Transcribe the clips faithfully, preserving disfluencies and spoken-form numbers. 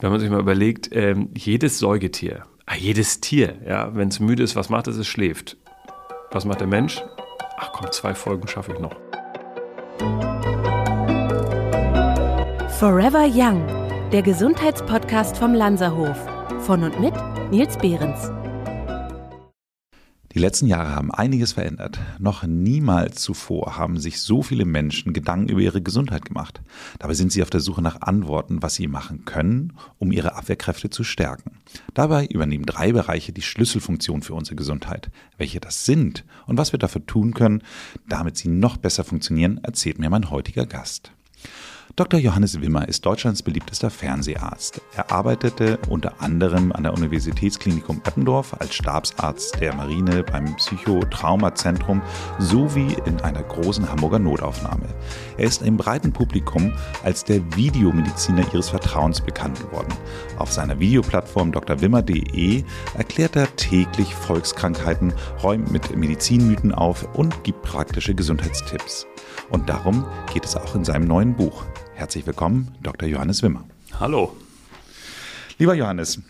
Wenn man sich mal überlegt, ähm, jedes Säugetier, ah, jedes Tier, ja, wenn es müde ist, was macht es? Es schläft. Was macht der Mensch? Ach komm, zwei Folgen schaffe ich noch. Forever Young, der Gesundheitspodcast vom Lanzerhof. Von und mit Nils Behrens. Die letzten Jahre haben einiges verändert. Noch niemals zuvor haben sich so viele Menschen Gedanken über ihre Gesundheit gemacht. Dabei sind sie auf der Suche nach Antworten, was sie machen können, um ihre Abwehrkräfte zu stärken. Dabei übernehmen drei Bereiche die Schlüsselfunktion für unsere Gesundheit. Welche das sind und was wir dafür tun können, damit sie noch besser funktionieren, erzählt mir mein heutiger Gast. Doktor Johannes Wimmer ist Deutschlands beliebtester Fernseharzt. Er arbeitete unter anderem an der Universitätsklinikum Eppendorf als Stabsarzt der Marine beim Psychotraumazentrum sowie in einer großen Hamburger Notaufnahme. Er ist im breiten Publikum als der Videomediziner ihres Vertrauens bekannt geworden. Auf seiner Videoplattform d r wimmer punkt de erklärt er täglich Volkskrankheiten, räumt mit Medizinmythen auf und gibt praktische Gesundheitstipps. Und darum geht es auch in seinem neuen Buch. Herzlich willkommen, Doktor Johannes Wimmer. Hallo. Lieber Johannes,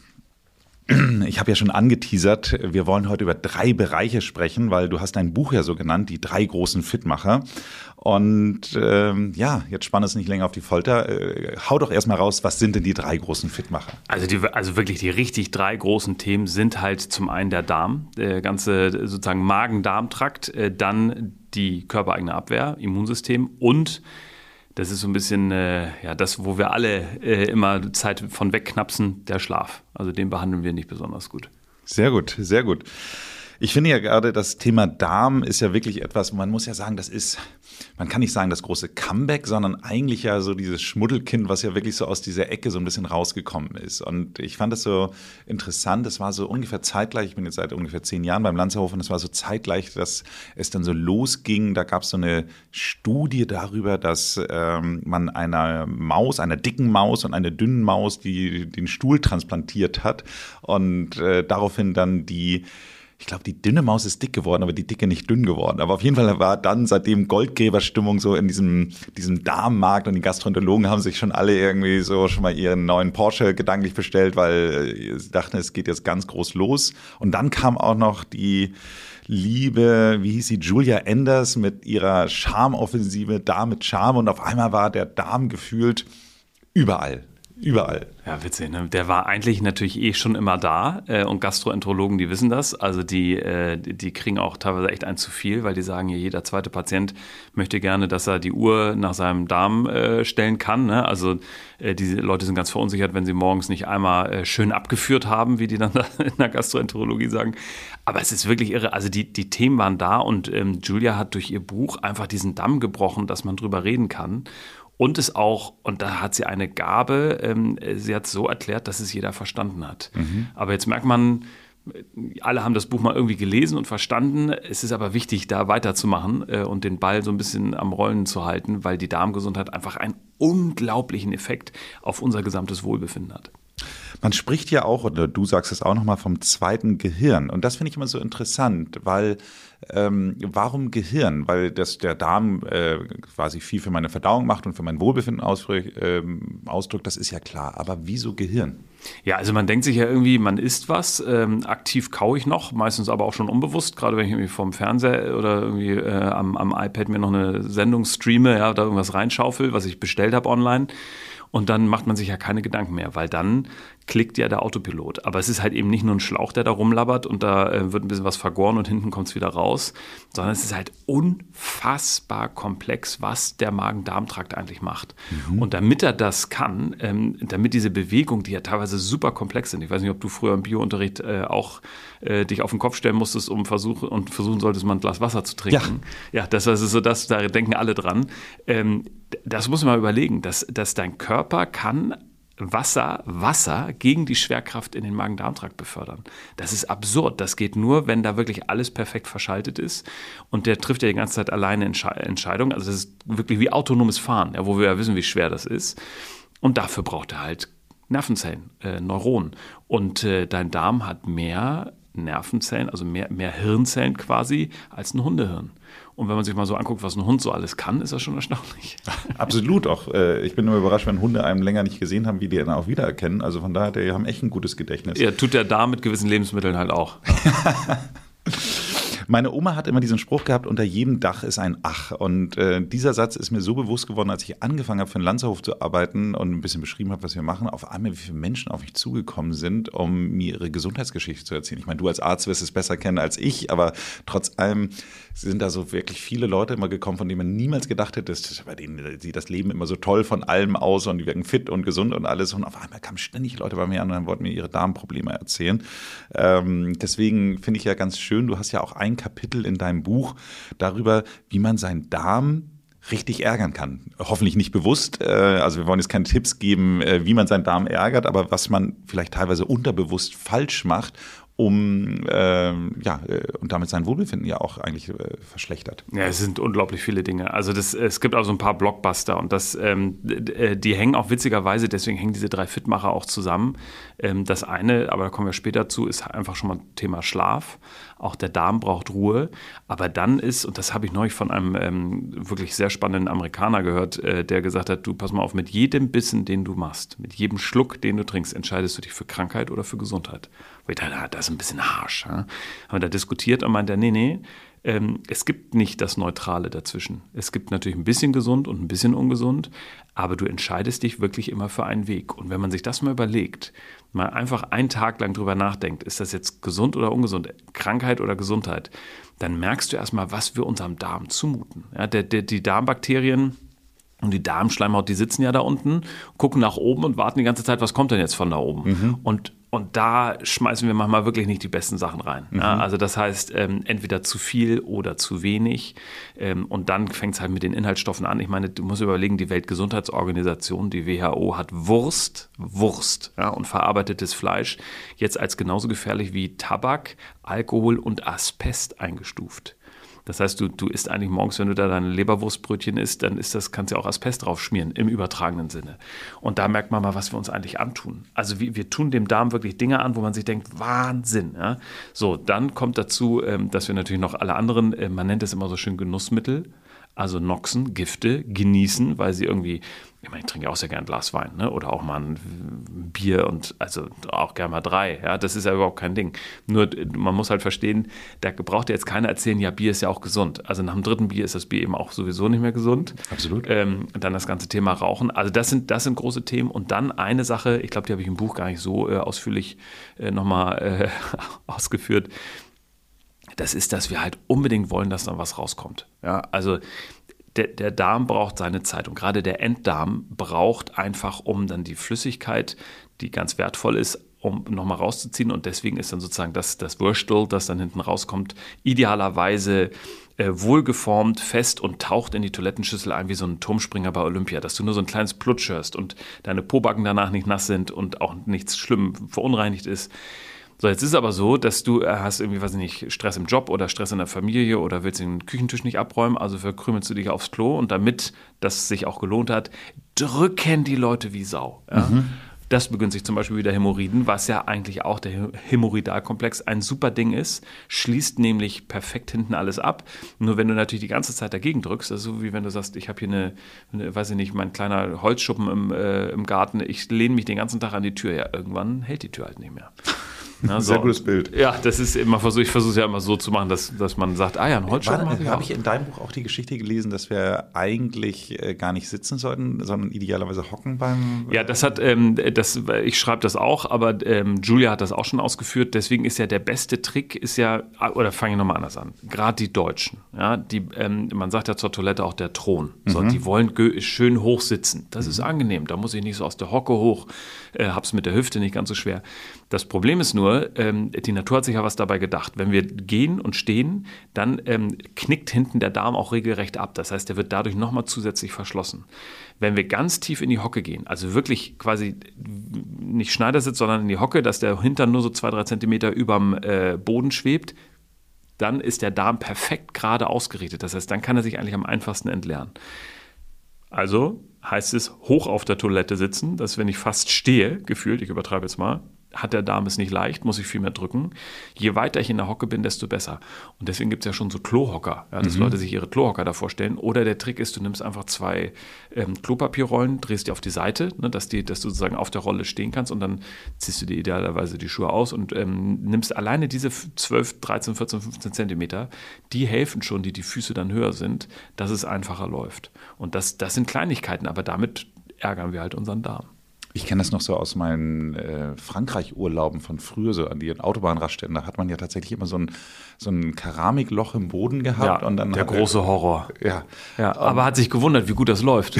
ich habe ja schon angeteasert, wir wollen heute über drei Bereiche sprechen, weil du hast dein Buch ja so genannt, die drei großen Fitmacher. Und ähm, ja, jetzt spann es nicht länger auf die Folter. Äh, hau doch erstmal raus, was sind denn die drei großen Fitmacher? Also, die, also wirklich die richtig drei großen Themen sind halt zum einen der Darm, der ganze sozusagen Magen-Darm-Trakt, äh, dann die körpereigene Abwehr, Immunsystem und das ist so ein bisschen äh, ja, das, wo wir alle äh, immer Zeit von wegknapsen, der Schlaf. Also den behandeln wir nicht besonders gut. Sehr gut, sehr gut. Ich finde ja gerade, das Thema Darm ist ja wirklich etwas, man muss ja sagen, das ist, man kann nicht sagen das große Comeback, sondern eigentlich ja so dieses Schmuddelkind, was ja wirklich so aus dieser Ecke so ein bisschen rausgekommen ist. Und ich fand das so interessant, das war so ungefähr zeitgleich, ich bin jetzt seit ungefähr zehn Jahren beim Lanzerhof und es war so zeitgleich, dass es dann so losging. Da gab es so eine Studie darüber, dass ähm, man einer Maus, einer dicken Maus und einer dünnen Maus, die den Stuhl transplantiert hat und äh, daraufhin dann die Ich glaube, die dünne Maus ist dick geworden, aber die dicke nicht dünn geworden. Aber auf jeden Fall war dann seitdem Goldgräberstimmung so in diesem, diesem Darmmarkt und die Gastroenterologen haben sich schon alle irgendwie so schon mal ihren neuen Porsche gedanklich bestellt, weil sie dachten, es geht jetzt ganz groß los. Und dann kam auch noch die liebe, wie hieß sie, Julia Enders mit ihrer Charmoffensive, Darm mit Charme. Und auf einmal war der Darm gefühlt überall. Überall. Ja, witzig, ne? Der war eigentlich natürlich eh schon immer da äh, und Gastroenterologen, die wissen das. Also die, äh, die kriegen auch teilweise echt ein zu viel, weil die sagen, ja, jeder zweite Patient möchte gerne, dass er die Uhr nach seinem Darm äh, stellen kann. Ne? Also äh, diese Leute sind ganz verunsichert, wenn sie morgens nicht einmal äh, schön abgeführt haben, wie die dann da in der Gastroenterologie sagen. Aber es ist wirklich irre. Also die, die Themen waren da und ähm, Julia hat durch ihr Buch einfach diesen Damm gebrochen, dass man drüber reden kann. Und es auch, und da hat sie eine Gabe, ähm, sie hat es so erklärt, dass es jeder verstanden hat. Mhm. Aber jetzt merkt man, alle haben das Buch mal irgendwie gelesen und verstanden. Es ist aber wichtig, da weiterzumachen äh, und den Ball so ein bisschen am Rollen zu halten, weil die Darmgesundheit einfach einen unglaublichen Effekt auf unser gesamtes Wohlbefinden hat. Man spricht ja auch, oder du sagst es auch nochmal, vom zweiten Gehirn. Und das finde ich immer so interessant, weil ähm, warum Gehirn? Weil das, der Darm äh, quasi viel für meine Verdauung macht und für mein Wohlbefinden ausdrückt, äh, ausdrückt, das ist ja klar. Aber wieso Gehirn? Ja, also man denkt sich ja irgendwie, man isst was, ähm, aktiv kaue ich noch, meistens aber auch schon unbewusst, gerade wenn ich irgendwie vom Fernseher oder irgendwie äh, am, am iPad mir noch eine Sendung streame, ja, da irgendwas reinschaufel, was ich bestellt habe online. Und dann macht man sich ja keine Gedanken mehr, weil dann klickt ja der Autopilot. Aber es ist halt eben nicht nur ein Schlauch, der da rumlabbert und da äh, wird ein bisschen was vergoren und hinten kommt es wieder raus, sondern es ist halt unfassbar komplex, was der Magen-Darm-Trakt eigentlich macht. Mhm. Und damit er das kann, ähm, damit diese Bewegungen, die ja teilweise super komplex sind, ich weiß nicht, ob du früher im Biounterricht äh, auch äh, dich auf den Kopf stellen musstest, um versuchen und versuchen solltest, mal ein Glas Wasser zu trinken. Ja, ja, das ist so, das, da denken alle dran. Ähm, das muss man mal überlegen, dass, dass dein Körper kann Wasser, Wasser gegen die Schwerkraft in den Magen-Darm-Trakt befördern. Das ist absurd. Das geht nur, wenn da wirklich alles perfekt verschaltet ist. Und der trifft ja die ganze Zeit alleine Entsche- Entscheidungen. Also das ist wirklich wie autonomes Fahren, ja, wo wir ja wissen, wie schwer das ist. Und dafür braucht er halt Nervenzellen, äh, Neuronen. Und äh, dein Darm hat mehr Nervenzellen, also mehr, mehr Hirnzellen quasi, als ein Hundehirn. Und wenn man sich mal so anguckt, was ein Hund so alles kann, ist das schon erstaunlich. Absolut auch. Äh, ich bin nur überrascht, wenn Hunde einen länger nicht gesehen haben, wie die dann auch wiedererkennen. Also von daher, die haben echt ein gutes Gedächtnis. Ja, tut der Darm mit gewissen Lebensmitteln halt auch. Meine Oma hat immer diesen Spruch gehabt, unter jedem Dach ist ein Ach. Und äh, dieser Satz ist mir so bewusst geworden, als ich angefangen habe, für den Lanzerhof zu arbeiten und ein bisschen beschrieben habe, was wir machen, auf einmal, wie viele Menschen auf mich zugekommen sind, um mir ihre Gesundheitsgeschichte zu erzählen. Ich meine, du als Arzt wirst es besser kennen als ich, aber trotz allem sind da so wirklich viele Leute immer gekommen, von denen man niemals gedacht hätte, dass bei denen sieht das Leben immer so toll von allem aus und die wirken fit und gesund und alles. Und auf einmal kamen ständig Leute bei mir an und wollten mir ihre Darmprobleme erzählen. Ähm, deswegen finde ich ja ganz schön, du hast ja auch ein Kapitel in deinem Buch darüber, wie man seinen Darm richtig ärgern kann. Hoffentlich nicht bewusst. Also wir wollen jetzt keine Tipps geben, wie man seinen Darm ärgert, aber was man vielleicht teilweise unterbewusst falsch macht, um äh, ja und damit sein Wohlbefinden ja auch eigentlich äh, verschlechtert. Ja, es sind unglaublich viele Dinge. Also das, es gibt auch so ein paar Blockbuster und das, ähm, die hängen auch witzigerweise, deswegen hängen diese drei Fitmacher auch zusammen. Ähm, das eine, aber da kommen wir später zu, ist einfach schon mal Thema Schlaf. Auch der Darm braucht Ruhe. Aber dann ist, und das habe ich neulich von einem ähm, wirklich sehr spannenden Amerikaner gehört, äh, der gesagt hat, du pass mal auf, mit jedem Bissen, den du machst, mit jedem Schluck, den du trinkst, entscheidest du dich für Krankheit oder für Gesundheit. Wo ich dachte, das ist ein bisschen harsch. Ja? Haben wir da diskutiert und meinte, nee, nee, ähm, es gibt nicht das Neutrale dazwischen. Es gibt natürlich ein bisschen gesund und ein bisschen ungesund, aber du entscheidest dich wirklich immer für einen Weg. Und wenn man sich das mal überlegt, mal einfach einen Tag lang drüber nachdenkt, ist das jetzt gesund oder ungesund, Krankheit oder Gesundheit, dann merkst du erstmal, was wir unserem Darm zumuten. Ja, der, der, die Darmbakterien und die Darmschleimhaut, die sitzen ja da unten, gucken nach oben und warten die ganze Zeit, was kommt denn jetzt von da oben? Mhm. Und Und da schmeißen wir manchmal wirklich nicht die besten Sachen rein. Mhm. Ja, also das heißt, ähm, entweder zu viel oder zu wenig. Ähm, und dann fängt es halt mit den Inhaltsstoffen an. Ich meine, du musst überlegen, die Weltgesundheitsorganisation, die W H O, hat Wurst, Wurst ja, und verarbeitetes Fleisch jetzt als genauso gefährlich wie Tabak, Alkohol und Asbest eingestuft. Das heißt, du, du isst eigentlich morgens, wenn du da deine Leberwurstbrötchen isst, dann ist das, kannst du ja auch Asbest drauf schmieren, im übertragenen Sinne. Und da merkt man mal, was wir uns eigentlich antun. Also wir, wir tun dem Darm wirklich Dinge an, wo man sich denkt, Wahnsinn. Ja? So, dann kommt dazu, dass wir natürlich noch alle anderen, man nennt es immer so schön Genussmittel, also Noxen, Gifte, genießen, weil sie irgendwie, ich meine, ich trinke auch sehr gerne ein Glas Wein, ne? Oder auch mal ein Bier und also auch gerne mal drei. Ja? Das ist ja überhaupt kein Ding. Nur man muss halt verstehen, da braucht ja jetzt keiner erzählen, ja, Bier ist ja auch gesund. Also nach dem dritten Bier ist das Bier eben auch sowieso nicht mehr gesund. Absolut. Ähm, dann das ganze Thema Rauchen. Also das sind, das sind große Themen. Und dann eine Sache, ich glaube, die habe ich im Buch gar nicht so äh, ausführlich äh, nochmal äh, ausgeführt. Das ist, dass wir halt unbedingt wollen, dass da was rauskommt. Ja, also der, der Darm braucht seine Zeit und gerade der Enddarm braucht einfach, um dann die Flüssigkeit, die ganz wertvoll ist, um nochmal rauszuziehen und deswegen ist dann sozusagen das, das Würstel, das dann hinten rauskommt, idealerweise äh, wohlgeformt, fest und taucht in die Toilettenschüssel ein wie so ein Turmspringer bei Olympia, dass du nur so ein kleines Plutsch hörst und deine Pobacken danach nicht nass sind und auch nichts schlimm verunreinigt ist. So, jetzt ist es aber so, dass du hast irgendwie, weiß ich nicht, Stress im Job oder Stress in der Familie oder willst den Küchentisch nicht abräumen, also verkrümelst du dich aufs Klo und damit das sich auch gelohnt hat, drücken die Leute wie Sau. Ja? Mhm. Das begünstigt zum Beispiel wieder Hämorrhoiden, was ja eigentlich auch der Hämorrhoidalkomplex ein super Ding ist, schließt nämlich perfekt hinten alles ab. Nur wenn du natürlich die ganze Zeit dagegen drückst, also so wie wenn du sagst, ich habe hier eine, eine, weiß ich nicht, mein kleiner Holzschuppen im, äh, im Garten, ich lehne mich den ganzen Tag an die Tür, ja, irgendwann hält die Tür halt nicht mehr. Ja, so. Sehr gutes Bild. Ja, das ist immer versuch, ich versuche es ja immer so zu machen, dass, dass man sagt, ah ja, ein Holzschuppen habe ich Habe ich in deinem Buch auch die Geschichte gelesen, dass wir eigentlich äh, gar nicht sitzen sollten, sondern idealerweise hocken beim... Ja, das hat, ähm, das, ich schreibe das auch, aber ähm, Julia hat das auch schon ausgeführt, deswegen ist ja der beste Trick, ist ja, oder fange ich nochmal anders an, gerade die Deutschen, ja, die, ähm, man sagt ja zur Toilette auch der Thron, so, mhm. die wollen ge- schön hoch sitzen, das mhm. ist angenehm, da muss ich nicht so aus der Hocke hoch, äh, hab's mit der Hüfte nicht ganz so schwer. Das Problem ist nur, ähm, die Natur hat sich ja was dabei gedacht. Wenn wir gehen und stehen, dann ähm, knickt hinten der Darm auch regelrecht ab. Das heißt, der wird dadurch nochmal zusätzlich verschlossen. Wenn wir ganz tief in die Hocke gehen, also wirklich quasi nicht Schneidersitz, sondern in die Hocke, dass der Hintern nur so zwei, drei Zentimeter überm äh, Boden schwebt, dann ist der Darm perfekt gerade ausgerichtet. Das heißt, dann kann er sich eigentlich am einfachsten entleeren. Also heißt es, hoch auf der Toilette sitzen, dass wenn ich fast stehe, gefühlt, ich übertreibe jetzt mal, hat der Darm es nicht leicht, muss ich viel mehr drücken. Je weiter ich in der Hocke bin, desto besser. Und deswegen gibt es ja schon so Klohocker, ja, dass mhm. Leute sich ihre Klohocker davor stellen. Oder der Trick ist, du nimmst einfach zwei ähm, Klopapierrollen, drehst die auf die Seite, ne, dass, die, dass du sozusagen auf der Rolle stehen kannst und dann ziehst du dir idealerweise die Schuhe aus und ähm, nimmst alleine diese zwölf, dreizehn, vierzehn, fünfzehn Zentimeter, die helfen schon, die die Füße dann höher sind, dass es einfacher läuft. Und das, das sind Kleinigkeiten, aber damit ärgern wir halt unseren Darm. Ich kenne das noch so aus meinen äh, Frankreich-Urlauben von früher, so an die Autobahnraststätten. Da hat man ja tatsächlich immer so ein, so ein Keramikloch im Boden gehabt. Ja, und dann der große er, Horror. Ja. ja aber um, hat sich gewundert, wie gut das läuft.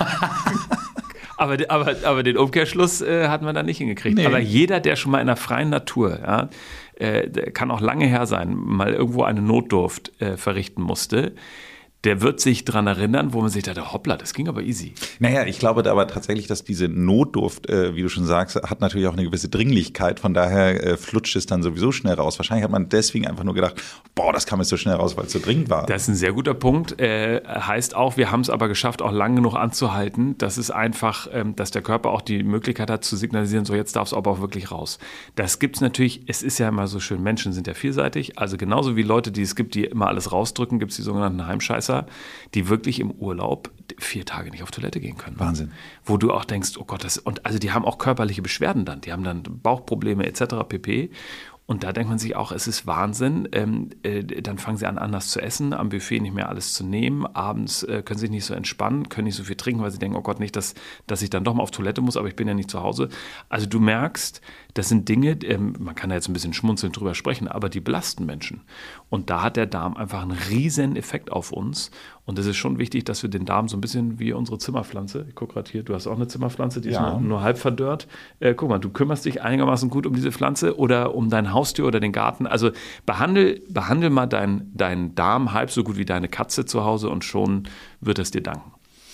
aber, aber, aber den Umkehrschluss äh, hat man da nicht hingekriegt. Nee. Aber jeder, der schon mal in der freien Natur, ja, äh, kann auch lange her sein, mal irgendwo eine Notdurft äh, verrichten musste, der wird sich daran erinnern, wo man sich dachte, hoppla, das ging aber easy. Naja, ich glaube aber tatsächlich, dass diese Notdurft, äh, wie du schon sagst, hat natürlich auch eine gewisse Dringlichkeit. Von daher äh, flutscht es dann sowieso schnell raus. Wahrscheinlich hat man deswegen einfach nur gedacht, boah, das kam jetzt so schnell raus, weil es so dringend war. Das ist ein sehr guter Punkt. Äh, heißt auch, wir haben es aber geschafft, auch lang genug anzuhalten. Das ist einfach, ähm, dass der Körper auch die Möglichkeit hat zu signalisieren, so jetzt darf es aber auch wirklich raus. Das gibt es natürlich, es ist ja immer so schön, Menschen sind ja vielseitig. Also genauso wie Leute, die es gibt, die immer alles rausdrücken, gibt es die sogenannten Heimscheißer, die wirklich im Urlaub vier Tage nicht auf Toilette gehen können. Wahnsinn. Wo du auch denkst, oh Gott, das, und also die haben auch körperliche Beschwerden dann, die haben dann Bauchprobleme et cetera pp. Und da denkt man sich auch, es ist Wahnsinn. Ähm, äh, dann fangen sie an, anders zu essen, am Buffet nicht mehr alles zu nehmen. Abends äh, können sie sich nicht so entspannen, können nicht so viel trinken, weil sie denken, oh Gott, nicht, dass, dass ich dann doch mal auf Toilette muss, aber ich bin ja nicht zu Hause. Also du merkst, das sind Dinge, ähm, man kann da jetzt ein bisschen schmunzelnd drüber sprechen, aber die belasten Menschen. Und da hat der Darm einfach einen riesen Effekt auf uns. Und es ist schon wichtig, dass wir den Darm so ein bisschen wie unsere Zimmerpflanze, ich gucke gerade hier, du hast auch eine Zimmerpflanze, die ja. ist nur, nur halb verdörrt. Äh, guck mal, du kümmerst dich einigermaßen gut um diese Pflanze oder um dein Haustür oder den Garten. Also behandel, behandel mal deinen dein Darm halb so gut wie deine Katze zu Hause und schon wird es dir danken.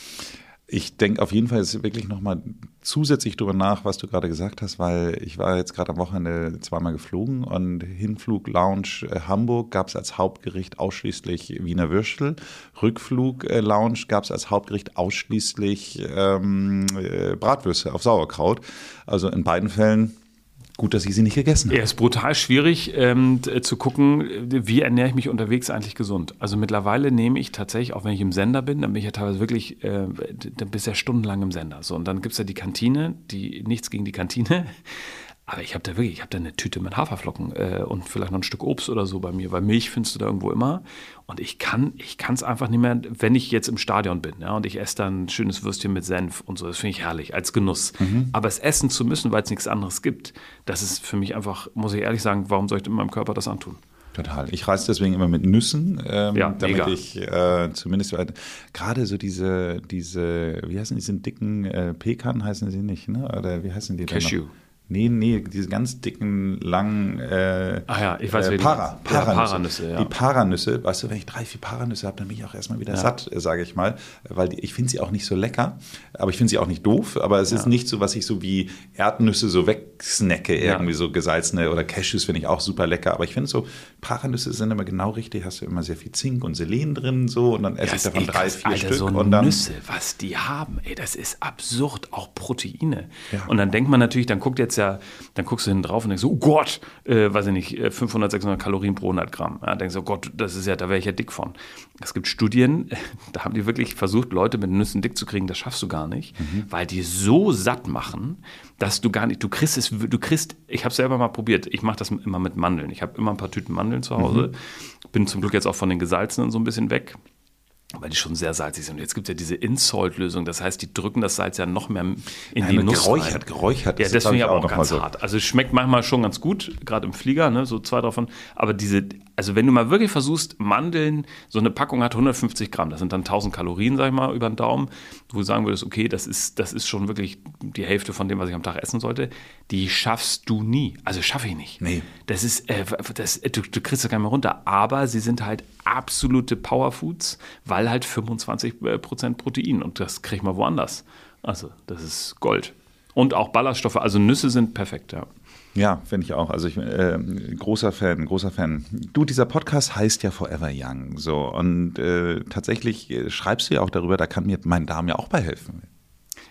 Ich denke auf jeden Fall jetzt wirklich nochmal zusätzlich drüber nach, was du gerade gesagt hast, weil ich war jetzt gerade am Wochenende zweimal geflogen und Hinflug Lounge äh, Hamburg gab es als Hauptgericht ausschließlich Wiener Würstel, Rückflug äh, Lounge gab es als Hauptgericht ausschließlich ähm, äh, Bratwürste auf Sauerkraut. Also in beiden Fällen gut, dass ich sie nicht gegessen habe. Ja, es ist brutal schwierig ähm, zu gucken, wie ernähre ich mich unterwegs eigentlich gesund. Also mittlerweile nehme ich tatsächlich, auch wenn ich im Sender bin, dann bin ich ja teilweise wirklich, äh, dann bist du ja stundenlang im Sender. So, und dann gibt es ja die Kantine, die nichts gegen die Kantine. Aber ich habe da wirklich, ich habe da eine Tüte mit Haferflocken äh, und vielleicht noch ein Stück Obst oder so bei mir, weil Milch findest du da irgendwo immer. Und ich kann ich kann es einfach nicht mehr, wenn ich jetzt im Stadion bin, ja, und ich esse dann ein schönes Würstchen mit Senf und so, das finde ich herrlich, als Genuss. Mhm. Aber es essen zu müssen, weil es nichts anderes gibt, das ist für mich einfach, muss ich ehrlich sagen, warum soll ich in meinem Körper das antun? Total. Ich reise deswegen immer mit Nüssen, ähm, ja, damit mega. ich äh, zumindest gerade so diese, diese, wie heißen die, sind dicken äh, Pekan heißen sie nicht, ne? Oder wie heißen die denn? Cashew. Nee, nee, diese ganz dicken, langen äh, Ach ja, ich weiß, äh, Para, Paranüsse. Ja, Paranüsse ja. Die Paranüsse, weißt du, wenn ich drei, vier Paranüsse habe, dann bin ich auch erstmal wieder ja. satt, sage ich mal. Weil die, ich finde sie auch nicht so lecker, aber ich finde sie auch nicht doof. Aber es ja. ist nicht so, was ich so wie Erdnüsse so wegsnacke, irgendwie ja. so gesalzene oder Cashews finde ich auch super lecker. Aber ich finde so, Paranüsse sind immer genau richtig, hast du immer sehr viel Zink und Selen drin so und dann esse ich davon drei, vier Alter, Stück. So und dann Nüsse, was die haben, ey, das ist absurd, auch Proteine. Ja. Und dann denkt man natürlich, dann guckt jetzt ja, dann guckst du hinten drauf und denkst so, oh Gott, äh, weiß ich nicht, fünfhundert, sechshundert Kalorien pro hundert Gramm. Ja, denkst du, oh Gott, das ist ja, da wäre ich ja dick von. Es gibt Studien, da haben die wirklich versucht, Leute mit Nüssen dick zu kriegen, das schaffst du gar nicht, mhm. weil die so satt machen, dass du gar nicht, du kriegst es, du kriegst, ich habe es selber mal probiert, ich mache das immer mit Mandeln. Ich habe immer ein paar Tüten Mandeln zu Hause, mhm. bin zum Glück jetzt auch von den gesalzenen so ein bisschen weg, weil die schon sehr salzig sind. Und jetzt gibt es ja diese In-Salt-Lösung, das heißt, die drücken das Salz ja noch mehr in Nein, die Nuss geräuchert, rein. Geräuchert, ja, das finde ich aber auch, auch ganz so. hart. Also es schmeckt manchmal schon ganz gut, gerade im Flieger, ne, so zwei davon. Aber diese, also wenn du mal wirklich versuchst, Mandeln, so eine Packung hat hundertfünfzig Gramm, das sind dann tausend Kalorien, sag ich mal, über den Daumen, wo du sagen würdest, okay, das ist, das ist schon wirklich die Hälfte von dem, was ich am Tag essen sollte, die schaffst du nie. Also schaffe ich nicht. Nee. Das ist, äh, das, du, du kriegst das gar nicht mehr runter. Aber sie sind halt absolute Powerfoods, weil halt fünfundzwanzig Prozent Protein und das kriegt man woanders. Also das ist Gold. Und auch Ballaststoffe, also Nüsse sind perfekt, ja. Ja, finde ich auch. Also ich äh, großer Fan, großer Fan. Du, dieser Podcast heißt ja Forever Young. So, und äh, tatsächlich äh, schreibst du ja auch darüber, da kann mir mein Darm ja auch bei helfen.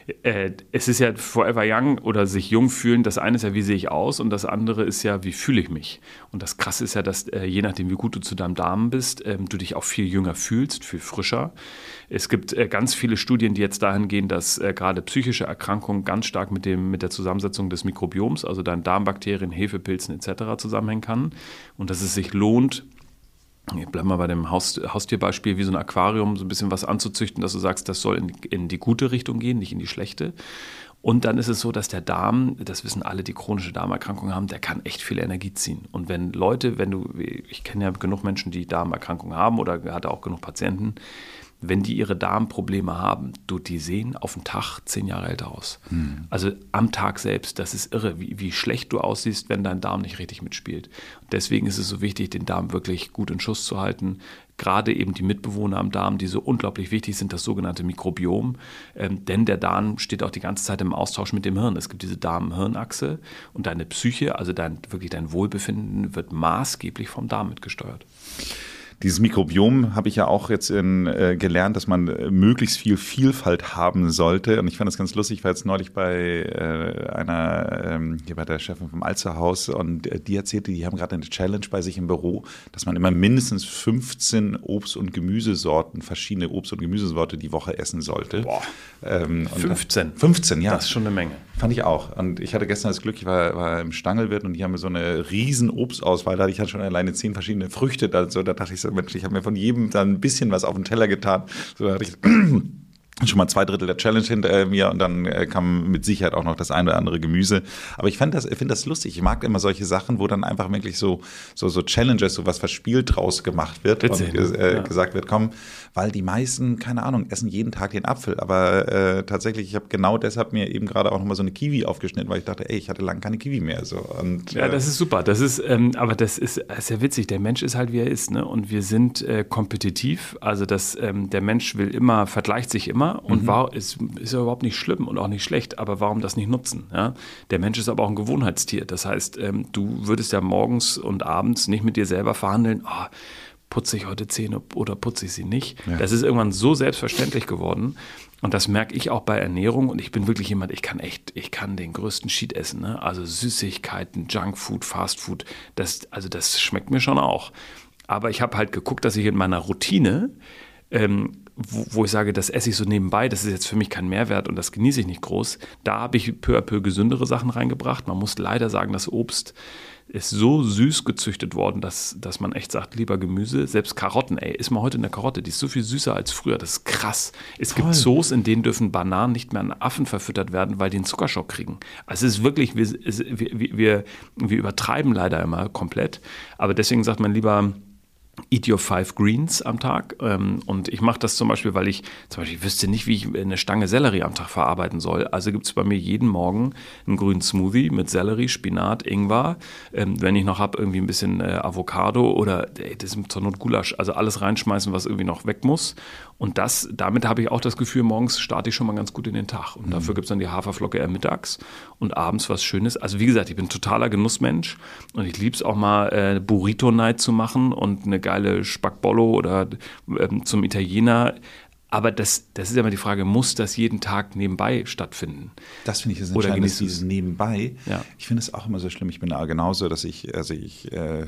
Äh, es ist ja forever young oder sich jung fühlen. Das eine ist ja, wie sehe ich aus, und das andere ist ja, wie fühle ich mich. Und das Krasse ist ja, dass äh, je nachdem, wie gut du zu deinem Darm bist, ähm, du dich auch viel jünger fühlst, viel frischer. Es gibt äh, ganz viele Studien, die jetzt dahin gehen, dass äh, gerade psychische Erkrankungen ganz stark mit, dem, mit der Zusammensetzung des Mikrobioms, also deinen Darmbakterien, Hefepilzen et cetera zusammenhängen kann. Und dass es sich lohnt, ich bleibe mal bei dem Haus, Haustierbeispiel, wie so ein Aquarium, so ein bisschen was anzuzüchten, dass du sagst, das soll in, in die gute Richtung gehen, nicht in die schlechte. Und dann ist es so, dass der Darm, das wissen alle, die chronische Darmerkrankungen haben, der kann echt viel Energie ziehen. Und wenn Leute, wenn du, ich kenne ja genug Menschen, die Darmerkrankungen haben oder hatte auch genug Patienten, wenn die ihre Darmprobleme haben, du, die sehen auf den Tag zehn Jahre älter aus. Hm. Also am Tag selbst, das ist irre, wie, wie schlecht du aussiehst, wenn dein Darm nicht richtig mitspielt. Und deswegen ist es so wichtig, den Darm wirklich gut in Schuss zu halten. Gerade eben die Mitbewohner am Darm, die so unglaublich wichtig sind, das sogenannte Mikrobiom. Ähm, denn der Darm steht auch die ganze Zeit im Austausch mit dem Hirn. Es gibt diese Darm-Hirn-Achse und deine Psyche, also dein, wirklich dein Wohlbefinden, wird maßgeblich vom Darm mitgesteuert. Dieses Mikrobiom habe ich ja auch jetzt in, äh, gelernt, dass man äh, möglichst viel Vielfalt haben sollte. Und ich fand das ganz lustig. Ich war jetzt neulich bei äh, einer, ähm, hier bei der Chefin vom Alzerhaus, und äh, die erzählte, die haben gerade eine Challenge bei sich im Büro, dass man immer mindestens fünfzehn Obst- und Gemüsesorten, verschiedene Obst- und Gemüsesorte die Woche essen sollte. Boah, ähm, fünfzehn? fünfzehn, ja. Das ist schon eine Menge. Fand ich auch. Und ich hatte gestern das Glück, ich war, war im Stangelwirt und die haben mir so eine riesen Obstauswahl. Da hatte ich halt schon alleine zehn verschiedene Früchte. Also, da dachte ich so, Mensch, ich habe mir von jedem dann ein bisschen was auf den Teller getan. So da hatte ich schon mal zwei Drittel der Challenge hinter mir, und dann äh, kam mit Sicherheit auch noch das eine oder andere Gemüse. Aber ich fand das, ich finde das lustig. Ich mag immer solche Sachen, wo dann einfach wirklich so, so, so Challenges, so was verspielt draus gemacht wird. Witzig, und äh, ja. gesagt wird, komm, weil die meisten, keine Ahnung, essen jeden Tag den Apfel. Aber äh, tatsächlich, ich habe genau deshalb mir eben gerade auch nochmal so eine Kiwi aufgeschnitten, weil ich dachte, ey, ich hatte lange keine Kiwi mehr. So. Und, ja, das ist super. Das ist, ähm, aber das ist, das ist ja witzig. Der Mensch ist halt, wie er ist, ne? Und wir sind äh, kompetitiv. Also das, ähm, der Mensch will immer, vergleicht sich immer, und mhm. war, ist, ist ja überhaupt nicht schlimm und auch nicht schlecht. Aber warum das nicht nutzen? Ja? Der Mensch ist aber auch ein Gewohnheitstier. Das heißt, ähm, du würdest ja morgens und abends nicht mit dir selber verhandeln, oh, putze ich heute Zähne oder putze ich sie nicht? Ja. Das ist irgendwann so selbstverständlich geworden. Und das merke ich auch bei Ernährung. Und ich bin wirklich jemand, ich kann echt, ich kann den größten Shit essen. Ne? Also Süßigkeiten, Junkfood, Fastfood, das, also das schmeckt mir schon auch. Aber ich habe halt geguckt, dass ich in meiner Routine, ähm, wo, wo ich sage, das esse ich so nebenbei, das ist jetzt für mich kein Mehrwert und das genieße ich nicht groß, da habe ich peu à peu gesündere Sachen reingebracht. Man muss leider sagen, das Obst ist so süß gezüchtet worden, dass, dass man echt sagt, lieber Gemüse, selbst Karotten, ey, iss mal heute eine Karotte, die ist so viel süßer als früher, das ist krass. Es Toll. Gibt Zoos, in denen dürfen Bananen nicht mehr an Affen verfüttert werden, weil die einen Zuckerschock kriegen. Also es ist wirklich, wir, es, wir, wir, wir übertreiben leider immer komplett, aber deswegen sagt man lieber, eat your five greens am Tag. Und ich mache das zum Beispiel, weil ich zum Beispiel wüsste nicht, wie ich eine Stange Sellerie am Tag verarbeiten soll. Also gibt es bei mir jeden Morgen einen grünen Smoothie mit Sellerie, Spinat, Ingwer. Wenn ich noch habe, irgendwie ein bisschen Avocado oder ey, das ist zur Not Gulasch. Also alles reinschmeißen, was irgendwie noch weg muss. Und das, damit habe ich auch das Gefühl, morgens starte ich schon mal ganz gut in den Tag. Und mhm. dafür gibt es dann die Haferflocke eher mittags und abends was Schönes. Also wie gesagt, ich bin ein totaler Genussmensch und ich liebe es auch mal, äh, Burrito-Night zu machen und eine geile Spackbollo oder ähm, zum Italiener. Aber das, das ist ja immer die Frage, muss das jeden Tag nebenbei stattfinden? Das finde ich das Entscheidende, ist dieses Nebenbei. Ja. Ich finde es auch immer so schlimm. Ich bin da genauso, dass ich, also ich äh,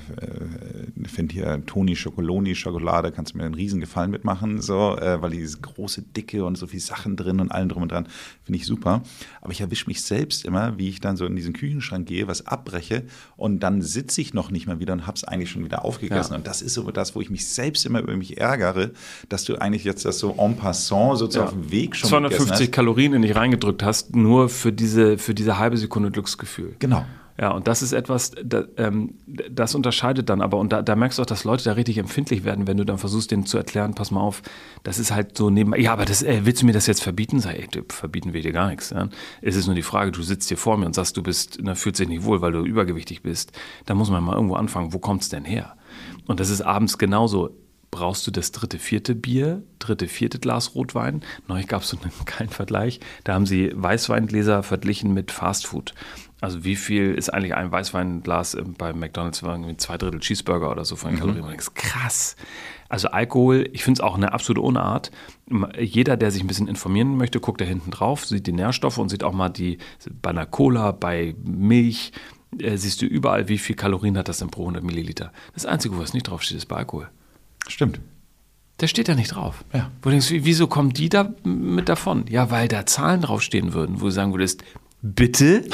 finde hier Toni Chocoloni Schokolade, kannst du mir einen riesen Gefallen mitmachen, so, äh, weil diese große Dicke und so viele Sachen drin und allen drum und dran, finde ich super. Aber ich erwische mich selbst immer, wie ich dann so in diesen Küchenschrank gehe, was abbreche und dann sitze ich noch nicht mal wieder und habe es eigentlich schon wieder aufgegessen. Ja. Und das ist so das, wo ich mich selbst immer über mich ärgere, dass du eigentlich jetzt das so en passant sozusagen ja. auf dem Weg schon zweihundertfünfzig Kalorien in dich reingedrückt hast, nur für diese, für diese halbe Sekunde Glücksgefühl. Genau. Ja, und das ist etwas, da, ähm, das unterscheidet dann aber, und da, da merkst du auch, dass Leute da richtig empfindlich werden, wenn du dann versuchst, denen zu erklären, pass mal auf, das ist halt so nebenbei, ja, aber das, äh, willst du mir das jetzt verbieten? Sag ich, ey, verbieten wir dir gar nichts. Ja? Es ist nur die Frage, du sitzt hier vor mir und sagst, du bist, ne, fühlst dich nicht wohl, weil du übergewichtig bist. Da muss man mal irgendwo anfangen, wo kommt es denn her? Und das ist abends genauso. brauchst du das dritte, vierte Bier, dritte, vierte Glas Rotwein. Neulich gab es so einen kleinen Vergleich. Da haben sie Weißweingläser verglichen mit Fastfood. Also wie viel ist eigentlich ein Weißweinglas bei McDonald's, war irgendwie zwei Drittel Cheeseburger oder so von den Kalorien. Das ist krass. Also Alkohol, ich finde es auch eine absolute Unart. Jeder, der sich ein bisschen informieren möchte, guckt da hinten drauf, sieht die Nährstoffe und sieht auch mal die, bei einer Cola, bei Milch, äh, siehst du überall, wie viel Kalorien hat das denn pro hundert Milliliter. Das Einzige, wo es nicht drauf steht, ist bei Alkohol. Stimmt. Da steht da nicht drauf. Ja. Wo du denkst, wieso kommen die da mit davon? Ja, weil da Zahlen draufstehen würden, wo du sagen würdest, bitte?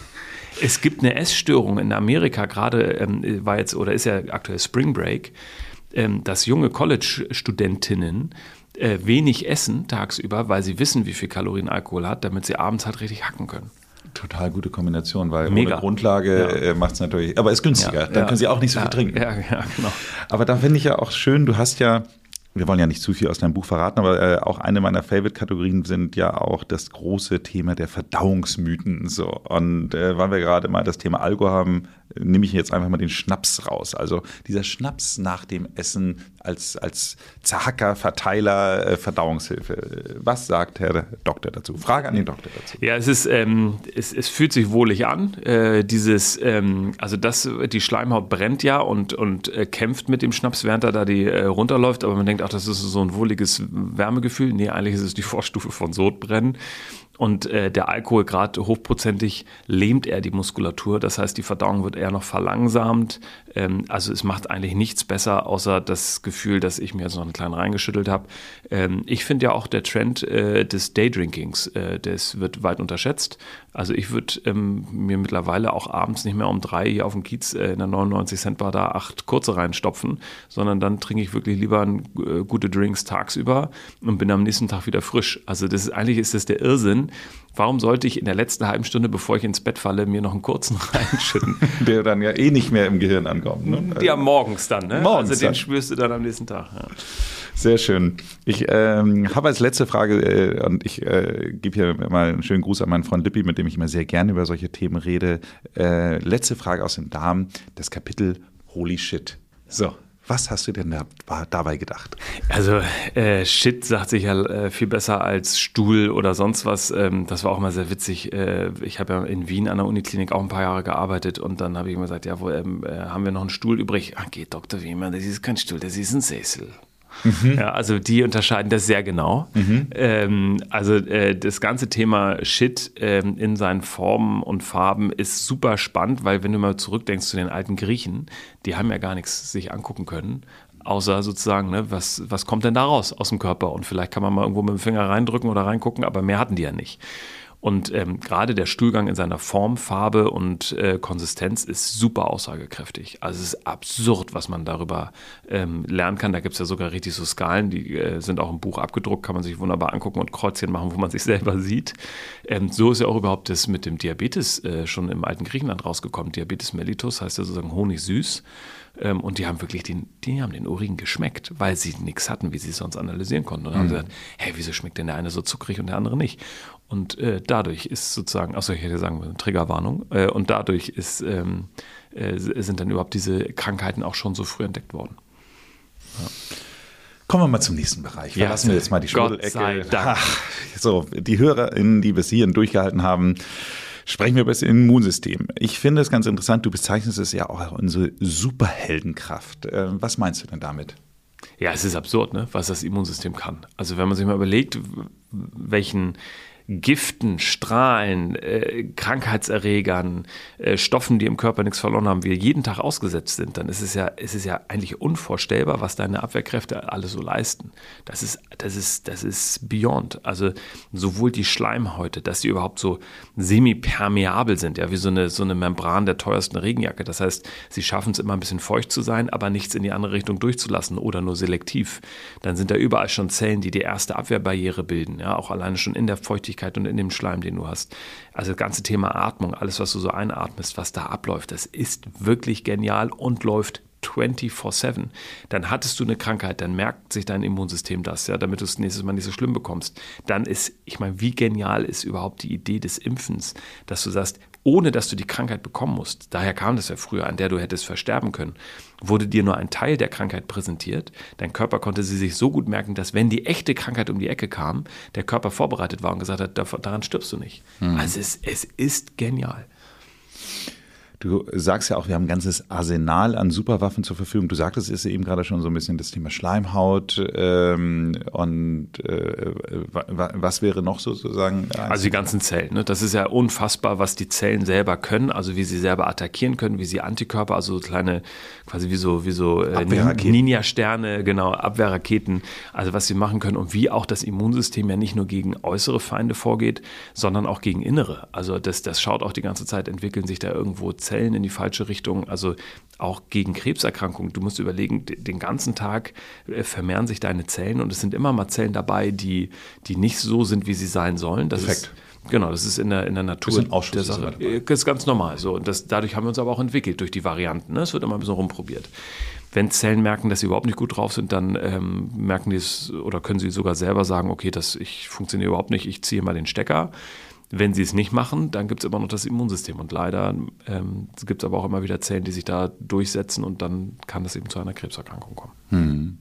Es gibt eine Essstörung in Amerika, gerade ähm, war jetzt oder ist ja aktuell Spring Break, ähm, dass junge College-Studentinnen äh, wenig essen tagsüber, weil sie wissen, wie viel Kalorien Alkohol hat, damit sie abends halt richtig hacken können. Total gute Kombination, weil Mega. ohne Grundlage Ja. äh, macht es natürlich, aber ist günstiger, Ja, dann ja. können sie auch nicht so ja, viel trinken. Ja, ja, genau. Aber da finde ich ja auch schön, du hast ja, wir wollen ja nicht zu viel aus deinem Buch verraten, aber äh, auch eine meiner Favorite-Kategorien sind ja auch das große Thema der Verdauungsmythen. So. Und äh, weil wir gerade mal das Thema Alkohol haben, äh, nehme ich jetzt einfach mal den Schnaps raus. Also dieser Schnaps nach dem Essen als, als Zahacker, Verteiler, äh, Verdauungshilfe. Was sagt Herr Doktor dazu? Frage an den Doktor dazu. Ja, es ist, ähm, es, es fühlt sich wohlig an. Äh, dieses, ähm, also das, die Schleimhaut brennt ja und, und äh, kämpft mit dem Schnaps, während er da die äh, runterläuft, aber man denkt, ach, das ist so ein wohliges Wärmegefühl. Nee, eigentlich ist es die Vorstufe von Sodbrennen. Und äh, der Alkohol, gerade hochprozentig, lähmt er die Muskulatur. Das heißt, die Verdauung wird eher noch verlangsamt. Ähm, also es macht eigentlich nichts besser, außer das Gefühl, dass ich mir jetzt noch einen kleinen reingeschüttelt habe. Ähm, ich finde ja auch der Trend äh, des Daydrinkings, äh, das wird weit unterschätzt. Also ich würde ähm, mir mittlerweile auch abends nicht mehr um drei hier auf dem Kiez äh, in der neunundneunzig Cent Bar da acht kurze reinstopfen, sondern dann trinke ich wirklich lieber ein, äh, gute Drinks tagsüber und bin am nächsten Tag wieder frisch. Also das ist, eigentlich ist das der Irrsinn. Warum sollte ich in der letzten halben Stunde, bevor ich ins Bett falle, mir noch einen kurzen reinschütten? Der dann ja eh nicht mehr im Gehirn ankommt. Ne? Ja, morgens dann. Ne? Morgens also den dann. spürst du dann am nächsten Tag. Ja. Sehr schön. Ich ähm, habe als letzte Frage, äh, und ich äh, gebe hier mal einen schönen Gruß an meinen Freund Lippi, mit dem ich immer sehr gerne über solche Themen rede. Äh, letzte Frage aus dem Darm, das Kapitel Holy Shit. So. Was hast du denn da, dabei gedacht? Also äh, Shit sagt sich ja äh, viel besser als Stuhl oder sonst was. Ähm, das war auch mal sehr witzig. Äh, ich habe ja in Wien an der Uniklinik auch ein paar Jahre gearbeitet und dann habe ich immer gesagt, ja, wo ähm, äh, haben wir noch einen Stuhl übrig? Ach, geht Doktor Wiemann, das ist kein Stuhl, das ist ein Sessel. Mhm. Ja, also die unterscheiden das sehr genau. Mhm. Ähm, also äh, das ganze Thema Shit ähm, in seinen Formen und Farben ist super spannend, weil wenn du mal zurückdenkst zu den alten Griechen, die haben ja gar nichts sich angucken können, außer sozusagen, ne, was, was kommt denn da raus aus dem Körper? Und vielleicht kann man mal irgendwo mit dem Finger reindrücken oder reingucken, aber mehr hatten die ja nicht. Und ähm, gerade der Stuhlgang in seiner Form, Farbe und äh, Konsistenz ist super aussagekräftig. Also es ist absurd, was man darüber ähm, lernen kann. Da gibt es ja sogar richtig so Skalen, die äh, sind auch im Buch abgedruckt, kann man sich wunderbar angucken und Kreuzchen machen, wo man sich selber sieht. Ähm, so ist ja auch überhaupt das mit dem Diabetes äh, schon im alten Griechenland rausgekommen. Diabetes mellitus heißt ja sozusagen honigsüß. Ähm, und die haben wirklich den, die haben den Urin geschmeckt, weil sie nichts hatten, wie sie es sonst analysieren konnten. Und dann haben sie gesagt, hey, wieso schmeckt denn der eine so zuckrig und der andere nicht? Und äh, dadurch ist sozusagen, achso, ich hätte sagen, Triggerwarnung, äh, und dadurch ist, ähm, äh, sind dann überhaupt diese Krankheiten auch schon so früh entdeckt worden. Ja. Kommen wir mal zum nächsten Bereich. Verlassen ja, wir jetzt mal die Schmuddelecke. Gott sei Dank. Ach, so, die HörerInnen, die bis hierhin durchgehalten haben, sprechen wir über das Immunsystem. Ich finde es ganz interessant, du bezeichnest es ja auch als unsere Superheldenkraft. Äh, was meinst du denn damit? Ja, es ist absurd, ne, was das Immunsystem kann. Also wenn man sich mal überlegt, welchen Giften, Strahlen, äh, Krankheitserregern, äh, Stoffen, die im Körper nichts verloren haben, wir jeden Tag ausgesetzt sind, dann ist es ja, ist es ja eigentlich unvorstellbar, was deine Abwehrkräfte alles so leisten. Das ist, das ist, das ist beyond. Also sowohl die Schleimhäute, dass die überhaupt so semipermeabel sind, ja, wie so eine, so eine Membran der teuersten Regenjacke. Das heißt, sie schaffen es immer ein bisschen feucht zu sein, aber nichts in die andere Richtung durchzulassen oder nur selektiv. Dann sind da überall schon Zellen, die die erste Abwehrbarriere bilden, ja, auch alleine schon in der Feuchtigkeit und in dem Schleim, den du hast. Also das ganze Thema Atmung, alles, was du so einatmest, was da abläuft, das ist wirklich genial und läuft vierundzwanzig sieben, dann hattest du eine Krankheit, dann merkt sich dein Immunsystem das, ja, damit du es nächstes Mal nicht so schlimm bekommst. Dann ist, ich meine, wie genial ist überhaupt die Idee des Impfens, dass du sagst, ohne dass du die Krankheit bekommen musst, daher kam das ja früher, an der du hättest versterben können, wurde dir nur ein Teil der Krankheit präsentiert. Dein Körper konnte sie sich so gut merken, dass wenn die echte Krankheit um die Ecke kam, der Körper vorbereitet war und gesagt hat, daran stirbst du nicht. Mhm. Also es, es ist genial. Du sagst ja auch, wir haben ein ganzes Arsenal an Superwaffen zur Verfügung. Du sagtest es eben gerade schon so ein bisschen das Thema Schleimhaut ähm, und äh, was wäre noch sozusagen? Also die ganzen Zellen. Ne? Das ist ja unfassbar, was die Zellen selber können, also wie sie selber attackieren können, wie sie Antikörper, also kleine, quasi wie so, wie so äh, Ninja-Sterne, genau, Abwehrraketen, also was sie machen können und wie auch das Immunsystem ja nicht nur gegen äußere Feinde vorgeht, sondern auch gegen innere. Also das, das schaut auch die ganze Zeit, entwickeln sich da irgendwo Zellen in die falsche Richtung, also auch gegen Krebserkrankungen. Du musst überlegen, den ganzen Tag vermehren sich deine Zellen und es sind immer mal Zellen dabei, die, die nicht so sind, wie sie sein sollen. Das Perfekt. Ist, genau, das ist in der, in der Natur der Sache. Das ist ganz normal. So. Und das, dadurch haben wir uns aber auch entwickelt, durch die Varianten. Ne? Es wird immer ein bisschen rumprobiert. Wenn Zellen merken, dass sie überhaupt nicht gut drauf sind, dann ähm, merken die es oder können sie sogar selber sagen, okay, das, ich funktioniere überhaupt nicht, ich ziehe mal den Stecker. Wenn sie es nicht machen, dann gibt es immer noch das Immunsystem. Und leider ähm, gibt es aber auch immer wieder Zellen, die sich da durchsetzen und dann kann es eben zu einer Krebserkrankung kommen. Hm.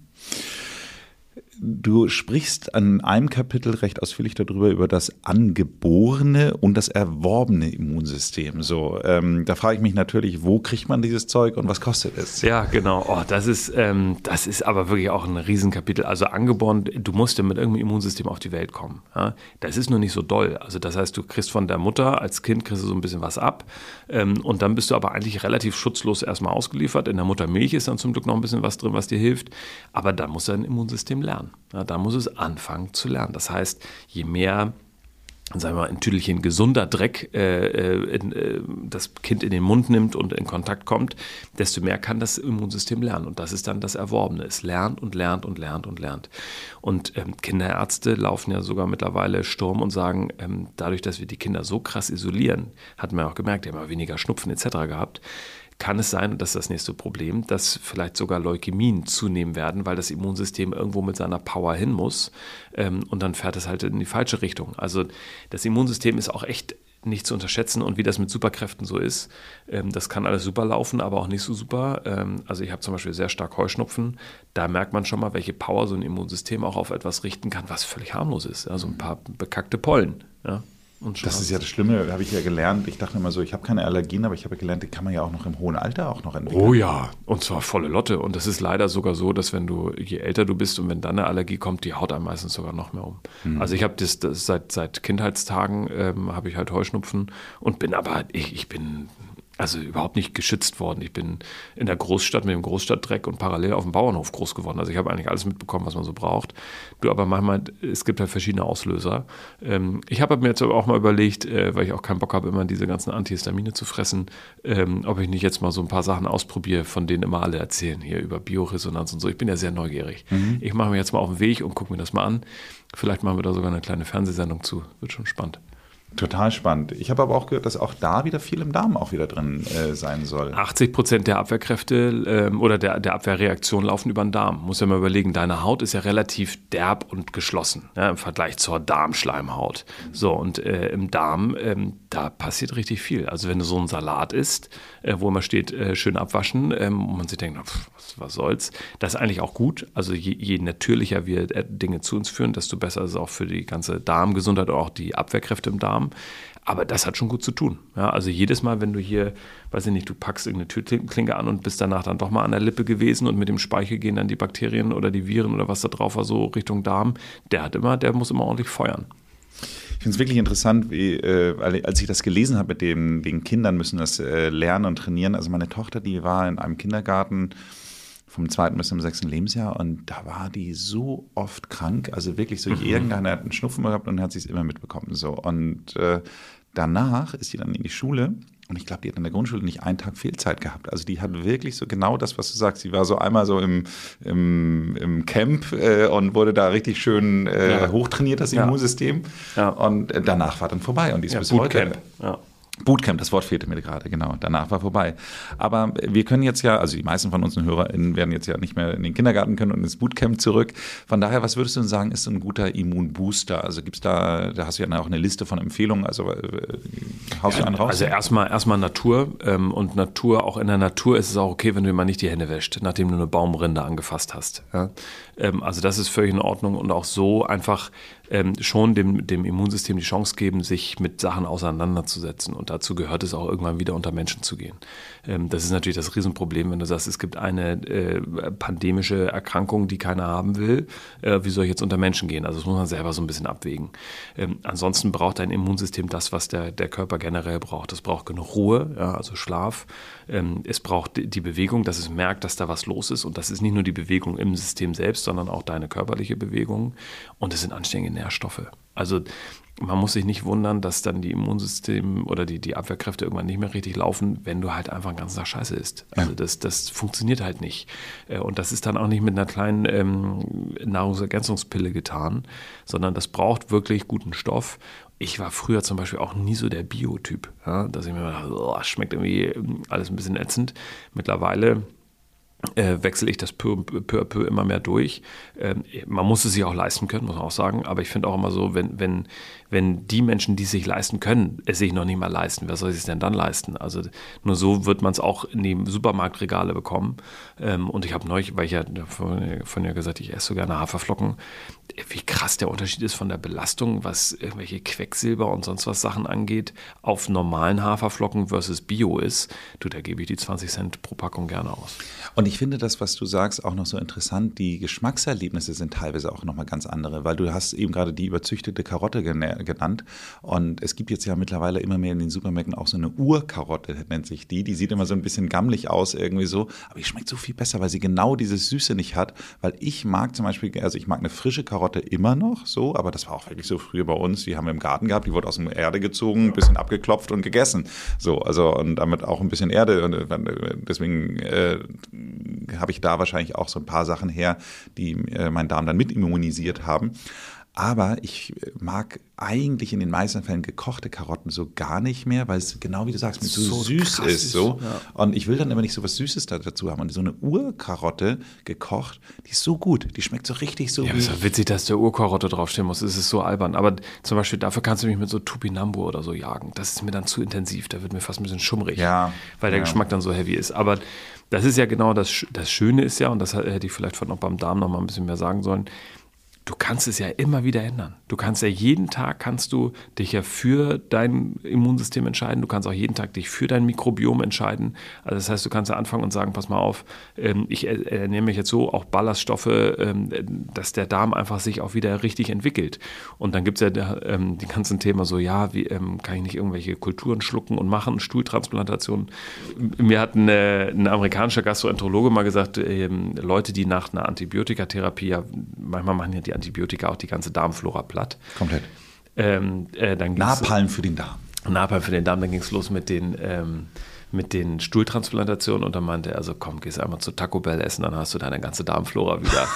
Du sprichst an einem Kapitel recht ausführlich darüber, über das angeborene und das erworbene Immunsystem. So, ähm, da frage ich mich natürlich, wo kriegt man dieses Zeug und was kostet es? Ja, genau. Oh, das ist, ähm, das ist aber wirklich auch ein Riesenkapitel. Also angeboren, du musst ja mit irgendeinem Immunsystem auf die Welt kommen. Ja? Das ist nur nicht so doll. Also das heißt, du kriegst von der Mutter, als Kind kriegst du so ein bisschen was ab ähm, und dann bist du aber eigentlich relativ schutzlos erstmal ausgeliefert. In der Muttermilch ist dann zum Glück noch ein bisschen was drin, was dir hilft. Aber da muss dein Immunsystem lernen. Ja, da muss es anfangen zu lernen. Das heißt, je mehr, sagen wir mal, ein Tüdelchen gesunder Dreck äh, in, äh, das Kind in den Mund nimmt und in Kontakt kommt, desto mehr kann das Immunsystem lernen. Und das ist dann das Erworbene. Es lernt und lernt und lernt und lernt. Und ähm, Kinderärzte laufen ja sogar mittlerweile Sturm und sagen, ähm, dadurch, dass wir die Kinder so krass isolieren, hat man ja auch gemerkt, die haben ja weniger Schnupfen et cetera gehabt, kann es sein, und das ist das nächste Problem, dass vielleicht sogar Leukämien zunehmen werden, weil das Immunsystem irgendwo mit seiner Power hin muss ähm, und dann fährt es halt in die falsche Richtung. Also das Immunsystem ist auch echt nicht zu unterschätzen und wie das mit Superkräften so ist, ähm, das kann alles super laufen, aber auch nicht so super. Ähm, also ich habe zum Beispiel sehr stark Heuschnupfen, da merkt man schon mal, welche Power so ein Immunsystem auch auf etwas richten kann, was völlig harmlos ist. Also ein paar bekackte Pollen, ja. Und das ist ja das Schlimme, habe ich ja gelernt. Ich dachte immer so, ich habe keine Allergien, aber ich habe gelernt, die kann man ja auch noch im hohen Alter auch noch entwickeln. Oh ja, und zwar volle Lotte. Und es ist leider sogar so, dass wenn du, je älter du bist und wenn dann eine Allergie kommt, die haut einem meistens sogar noch mehr um. Mhm. Also ich habe das, das seit, seit Kindheitstagen ähm, habe ich halt Heuschnupfen und bin aber, ich, ich bin also überhaupt nicht geschützt worden. Ich bin in der Großstadt mit dem Großstadtdreck und parallel auf dem Bauernhof groß geworden. Also ich habe eigentlich alles mitbekommen, was man so braucht. Du, aber manchmal, es gibt halt verschiedene Auslöser. Ähm, ich habe mir jetzt aber auch mal überlegt, äh, weil ich auch keinen Bock habe, immer diese ganzen Antihistamine zu fressen, ähm, ob ich nicht jetzt mal so ein paar Sachen ausprobiere, von denen immer alle erzählen, hier über Bioresonanz und so. Ich bin ja sehr neugierig. Mhm. Ich mache mir jetzt mal auf den Weg und gucke mir das mal an. Vielleicht machen wir da sogar eine kleine Fernsehsendung zu. Wird schon spannend. Total spannend. Ich habe aber auch gehört, dass auch da wieder viel im Darm auch wieder drin äh, sein soll. achtzig Prozent der Abwehrkräfte ähm, oder der, der Abwehrreaktion laufen über den Darm. Muss ja mal überlegen, deine Haut ist ja relativ derb und geschlossen, ja, im Vergleich zur Darmschleimhaut. So, und äh, im Darm, ähm, da passiert richtig viel. Also wenn du so einen Salat isst, äh, wo immer steht, äh, schön abwaschen, ähm, und man sich denkt, pff, was, was soll's, das ist eigentlich auch gut. Also je, je natürlicher wir äh, Dinge zu uns führen, desto besser ist es auch für die ganze Darmgesundheit oder auch die Abwehrkräfte im Darm. Aber das hat schon gut zu tun. Ja, also jedes Mal, wenn du hier, weiß ich nicht, du packst irgendeine Türklinke an und bist danach dann doch mal an der Lippe gewesen und mit dem Speichel gehen dann die Bakterien oder die Viren oder was da drauf war, so Richtung Darm, der hat immer, der muss immer ordentlich feuern. Ich finde es wirklich interessant, wie, äh, als ich das gelesen habe mit dem, den Kindern müssen das äh, lernen und trainieren. Also meine Tochter, die war in einem Kindergarten vom zweiten bis zum sechsten Lebensjahr und da war die so oft krank, also wirklich so, mhm. irgendeiner hat einen Schnupfen gehabt und hat sie es immer mitbekommen. So. Und äh, danach ist sie dann in die Schule und ich glaube, die hat in der Grundschule nicht einen Tag Fehlzeit gehabt. Also die hat wirklich so genau das, was du sagst. Sie war so einmal so im, im, im Camp äh, und wurde da richtig schön äh, ja. hochtrainiert, das Immunsystem. Ja. Und äh, danach war dann vorbei und die ist ja, bis heute. Ja. Bootcamp, das Wort fehlte mir gerade, genau. Danach war vorbei. Aber wir können jetzt ja, also die meisten von unseren HörerInnen werden jetzt ja nicht mehr in den Kindergarten können und ins Bootcamp zurück. Von daher, was würdest du denn sagen, ist so ein guter Immunbooster? Also gibt's da, da hast du ja auch eine Liste von Empfehlungen, also äh, haust du einen raus? Also erstmal erstmal Natur ähm, und Natur, auch in der Natur ist es auch okay, wenn du mal nicht die Hände wäscht, nachdem du eine Baumrinde angefasst hast. Ja? Ähm, also das ist völlig in Ordnung und auch so einfach ähm, schon dem, dem Immunsystem die Chance geben, sich mit Sachen auseinanderzusetzen. Und dazu gehört es auch irgendwann wieder unter Menschen zu gehen. Ähm, das ist natürlich das Riesenproblem, wenn du sagst, es gibt eine äh, pandemische Erkrankung, die keiner haben will. Äh, wie soll ich jetzt unter Menschen gehen? Also das muss man selber so ein bisschen abwägen. Ähm, ansonsten braucht dein Immunsystem das, was der, der Körper generell braucht. Es braucht genug Ruhe, ja, also Schlaf. Ähm, es braucht die Bewegung, dass es merkt, dass da was los ist. Und das ist nicht nur die Bewegung im System selbst, sondern auch deine körperliche Bewegung. Und es sind anständige Nährstoffe. Also man muss sich nicht wundern, dass dann die Immunsystem oder die, die Abwehrkräfte irgendwann nicht mehr richtig laufen, wenn du halt einfach den ganzen Tag Scheiße isst. Also das, das funktioniert halt nicht. Und das ist dann auch nicht mit einer kleinen ähm, Nahrungsergänzungspille getan, sondern das braucht wirklich guten Stoff. Ich war früher zum Beispiel auch nie so der Biotyp, ja, dass ich mir dachte, oh, schmeckt irgendwie alles ein bisschen ätzend. Mittlerweile Äh, wechsle ich das peu à peu immer mehr durch. Ähm, man muss es sich auch leisten können, muss man auch sagen. Aber ich finde auch immer so, wenn, wenn, wenn die Menschen, die es sich leisten können, es sich noch nicht mal leisten, wer soll es denn dann leisten? Also nur so wird man es auch in die Supermarktregale bekommen. Ähm, und ich habe neulich, weil ich ja von, von ja gesagt, ich esse so gerne Haferflocken, wie krass der Unterschied ist von der Belastung, was irgendwelche Quecksilber und sonst was Sachen angeht, auf normalen Haferflocken versus Bio ist. Du, da gebe ich die zwanzig Cent pro Packung gerne aus. Und ich finde das, was du sagst, auch noch so interessant. Die Geschmackserlebnisse sind teilweise auch nochmal ganz andere, weil du hast eben gerade die überzüchtete Karotte genannt. Und es gibt jetzt ja mittlerweile immer mehr in den Supermärkten auch so eine Urkarotte, nennt sich die. Die sieht immer so ein bisschen gammelig aus irgendwie so, aber die schmeckt so viel besser, weil sie genau diese Süße nicht hat. Weil ich mag zum Beispiel, also ich mag eine frische Karotte immer noch so, aber das war auch wirklich so früher bei uns. Die haben wir im Garten gehabt, die wurde aus der Erde gezogen, ein bisschen abgeklopft und gegessen. So, also und damit auch ein bisschen Erde. Und deswegen äh, habe ich da wahrscheinlich auch so ein paar Sachen her, die äh, meinen Darm dann mit immunisiert haben. Aber ich mag eigentlich in den meisten Fällen gekochte Karotten so gar nicht mehr, weil es genau wie du sagst, mit so, so süß ist. So. Ja. Und ich will dann immer nicht so was Süßes dazu haben. Und so eine Urkarotte gekocht, die ist so gut. Die schmeckt so richtig so. Ja, wie ist ja witzig, dass der Urkarotte draufstehen muss. Es ist so albern. Aber zum Beispiel dafür kannst du mich mit so Tupinambur oder so jagen. Das ist mir dann zu intensiv. Da wird mir fast ein bisschen schummrig, ja, weil der ja. Geschmack dann so heavy ist. Aber das ist ja genau das, das Schöne ist ja, und das hätte ich vielleicht noch beim Darm noch mal ein bisschen mehr sagen sollen, du kannst es ja immer wieder ändern. Du kannst ja jeden Tag, kannst du dich ja für dein Immunsystem entscheiden. Du kannst auch jeden Tag dich für dein Mikrobiom entscheiden. Also das heißt, du kannst ja anfangen und sagen, pass mal auf, ich ernähre mich jetzt so, auch Ballaststoffe, dass der Darm einfach sich auch wieder richtig entwickelt. Und dann gibt es ja die ganzen Themen so, ja, wie kann ich nicht irgendwelche Kulturen schlucken und machen, Stuhltransplantation. Mir hat ein, ein amerikanischer Gastroenterologe mal gesagt, Leute, die nach einer Antibiotikatherapie, ja, manchmal machen ja die Antibiotika auch die ganze Darmflora platt. Komplett. Ähm, äh, dann Napalm für den Darm. Napalm für den Darm, dann ging es los mit den, ähm, mit den Stuhltransplantationen und dann meinte er, also komm, gehst einmal zu Taco Bell essen, dann hast du deine ganze Darmflora wieder.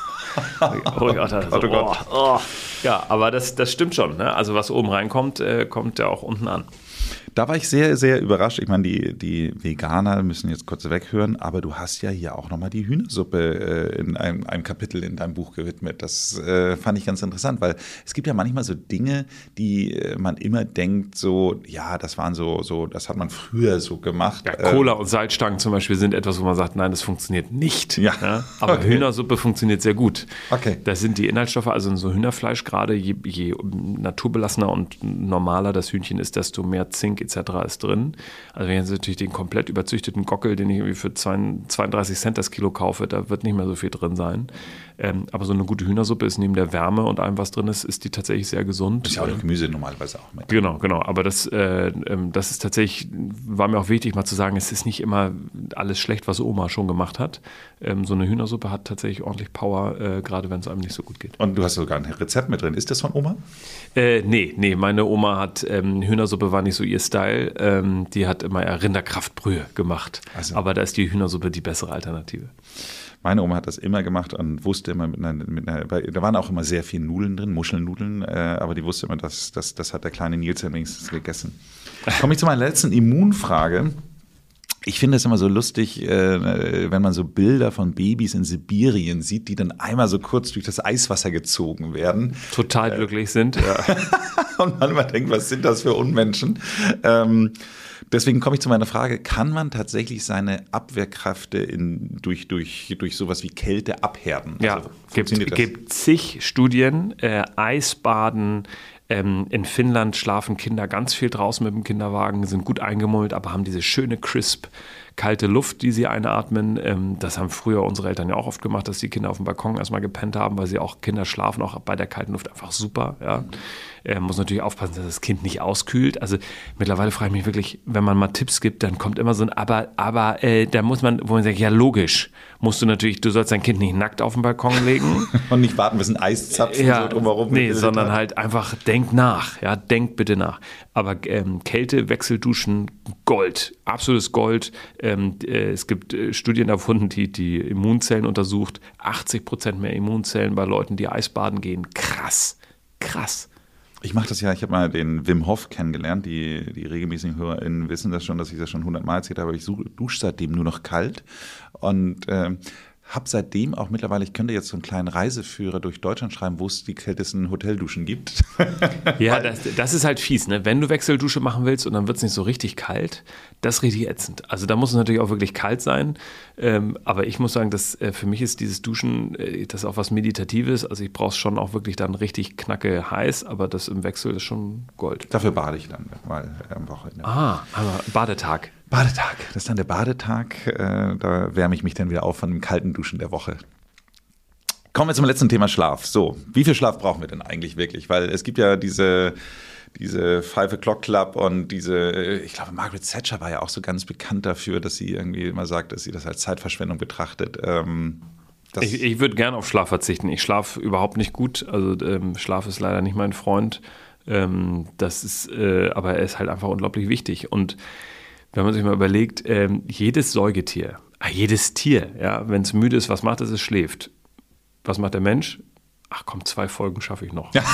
oh Gott, also, oh Gott. Oh, oh. Ja, aber das, das stimmt schon. Ne? Also was oben reinkommt, äh, kommt ja auch unten an. Da war ich sehr, sehr überrascht. Ich meine, die, die Veganer müssen jetzt kurz weghören, aber du hast ja hier auch nochmal die Hühnersuppe äh, in einem, einem Kapitel in deinem Buch gewidmet. Das äh, fand ich ganz interessant, weil es gibt ja manchmal so Dinge, die äh, man immer denkt, so, ja, das waren so, so, das hat man früher so gemacht. Ja, Cola und Salzstangen zum Beispiel sind etwas, wo man sagt, nein, das funktioniert nicht. Ja. Ja? Aber okay. Hühnersuppe funktioniert sehr gut. Okay. Das sind die Inhaltsstoffe, also in so Hühnerfleisch gerade, je, je naturbelassener und normaler das Hühnchen ist, desto mehr Zink et cetera ist drin. Also wenn ich jetzt natürlich den komplett überzüchteten Gockel, den ich irgendwie für zweiunddreißig Cent das Kilo kaufe, da wird nicht mehr so viel drin sein. Ähm, aber so eine gute Hühnersuppe ist neben der Wärme und allem, was drin ist, ist die tatsächlich sehr gesund. Das ist ja auch das Gemüse normalerweise auch mit. Genau, genau. Aber das, äh, das ist tatsächlich, war mir auch wichtig mal zu sagen, es ist nicht immer alles schlecht, was Oma schon gemacht hat. Ähm, so eine Hühnersuppe hat tatsächlich ordentlich Power, äh, gerade wenn es einem nicht so gut geht. Und du hast sogar ein Rezept mit drin. Ist das von Oma? Äh, nee, nee, meine Oma hat, ähm, Hühnersuppe war nicht so so ihr Style. Ähm, die hat immer eher Rinderkraftbrühe gemacht. Also. Aber da ist die Hühnersuppe die bessere Alternative. Meine Oma hat das immer gemacht und wusste immer, mit einer, mit einer, da waren auch immer sehr viele Nudeln drin, Muschelnudeln, äh, aber die wusste immer, dass, dass, das hat der kleine Nils ja wenigstens gegessen. Komme ich zu meiner letzten Immunfrage. Ich finde es immer so lustig, äh, wenn man so Bilder von Babys in Sibirien sieht, die dann einmal so kurz durch das Eiswasser gezogen werden. Total äh, glücklich sind, ja. Und man immer denkt, was sind das für Unmenschen? Ähm, deswegen komme ich zu meiner Frage, kann man tatsächlich seine Abwehrkräfte in, durch, durch, durch sowas wie Kälte abhärten? Ja, also, gibt, gibt zig Studien, äh, Eisbaden. Ähm, in Finnland schlafen Kinder ganz viel draußen mit dem Kinderwagen, sind gut eingemummelt, aber haben diese schöne, crisp, kalte Luft, die sie einatmen. Ähm, das haben früher unsere Eltern ja auch oft gemacht, dass die Kinder auf dem Balkon erstmal gepennt haben, weil sie auch Kinder schlafen, auch bei der kalten Luft einfach super. Ja. Äh, muss natürlich aufpassen, dass das Kind nicht auskühlt. Also mittlerweile frage ich mich wirklich, wenn man mal Tipps gibt, dann kommt immer so ein Aber, aber äh, da muss man, wo man sagt, ja logisch, musst du natürlich, du sollst dein Kind nicht nackt auf den Balkon legen. Und nicht warten, bis ein Eis zapft ja, so drumherum. Nee, sondern halt einfach denk nach, ja, denk bitte nach. Aber ähm, Kälte, Wechselduschen, Gold, absolutes Gold. Ähm, äh, es gibt äh, Studien erfunden, die die Immunzellen untersucht. achtzig Prozent mehr Immunzellen bei Leuten, die Eisbaden gehen. Krass, krass. Ich mache das ja, ich habe mal den Wim Hof kennengelernt, die, die regelmäßigen HörerInnen wissen das schon, dass ich das schon hundertmal erzählt habe, aber ich dusche seitdem nur noch kalt und äh, habe seitdem auch mittlerweile, ich könnte jetzt so einen kleinen Reiseführer durch Deutschland schreiben, wo es die kältesten Hotelduschen gibt. Ja, das, das ist halt fies, ne? Wenn du Wechseldusche machen willst und dann wird es nicht so richtig kalt, das ist richtig ätzend. Also da muss es natürlich auch wirklich kalt sein, ähm, aber ich muss sagen, dass äh, für mich ist dieses Duschen, äh, das ist auch was Meditatives, also ich brauche es schon auch wirklich dann richtig knacke heiß, aber das im Wechsel ist schon Gold. Dafür bade ich dann mal am Wochenende. Ah, aber Badetag. Badetag, das ist dann der Badetag, äh, da wärme ich mich dann wieder auf von dem kalten Duschen der Woche. Kommen wir zum letzten Thema Schlaf. So, wie viel Schlaf brauchen wir denn eigentlich wirklich? Weil es gibt ja diese, diese Five O'Clock Club und diese, ich glaube, Margaret Thatcher war ja auch so ganz bekannt dafür, dass sie irgendwie immer sagt, dass sie das als Zeitverschwendung betrachtet. Ähm, ich ich würde gerne auf Schlaf verzichten. Ich schlafe überhaupt nicht gut, also ähm, Schlaf ist leider nicht mein Freund. Ähm, das ist, äh, aber er ist halt einfach unglaublich wichtig und wenn man sich mal überlegt, ähm, jedes Säugetier, ah, jedes Tier, ja, wenn es müde ist, was macht es? Es schläft. Was macht der Mensch? Ach komm, zwei Folgen schaffe ich noch. Ja.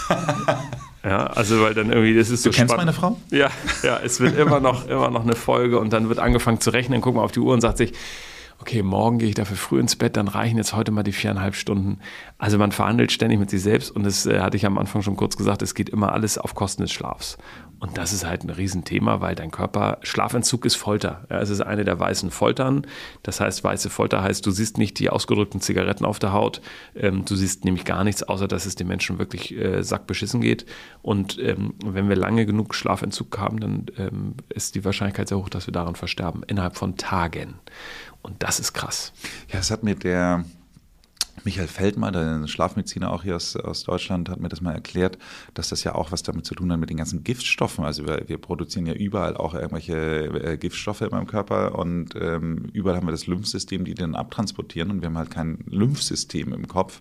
Ja, also weil dann irgendwie, das ist so Du kennst spannend. Meine Frau? Ja, ja, es wird immer noch, immer noch eine Folge und dann wird angefangen zu rechnen, guckt man auf die Uhr und sagt sich, okay, morgen gehe ich dafür früh ins Bett, dann reichen jetzt heute mal die viereinhalb Stunden. Also man verhandelt ständig mit sich selbst und das äh, hatte ich am Anfang schon kurz gesagt, es geht immer alles auf Kosten des Schlafs. Und das ist halt ein Riesenthema, weil dein Körper, Schlafentzug ist Folter. Ja, es ist eine der weißen Foltern. Das heißt, weiße Folter heißt, du siehst nicht die ausgedrückten Zigaretten auf der Haut. Ähm, du siehst nämlich gar nichts, außer dass es den Menschen wirklich äh, sackbeschissen geht. Und ähm, wenn wir lange genug Schlafentzug haben, dann ähm, ist die Wahrscheinlichkeit sehr hoch, dass wir daran versterben. Innerhalb von Tagen. Und das ist krass. Ja, das hat mir der Michael Feldmann, der Schlafmediziner auch hier aus, aus Deutschland, hat mir das mal erklärt, dass das ja auch was damit zu tun hat mit den ganzen Giftstoffen. Also wir, wir produzieren ja überall auch irgendwelche äh, Giftstoffe in meinem Körper und ähm, überall haben wir das Lymphsystem, die dann abtransportieren und wir haben halt kein Lymphsystem im Kopf.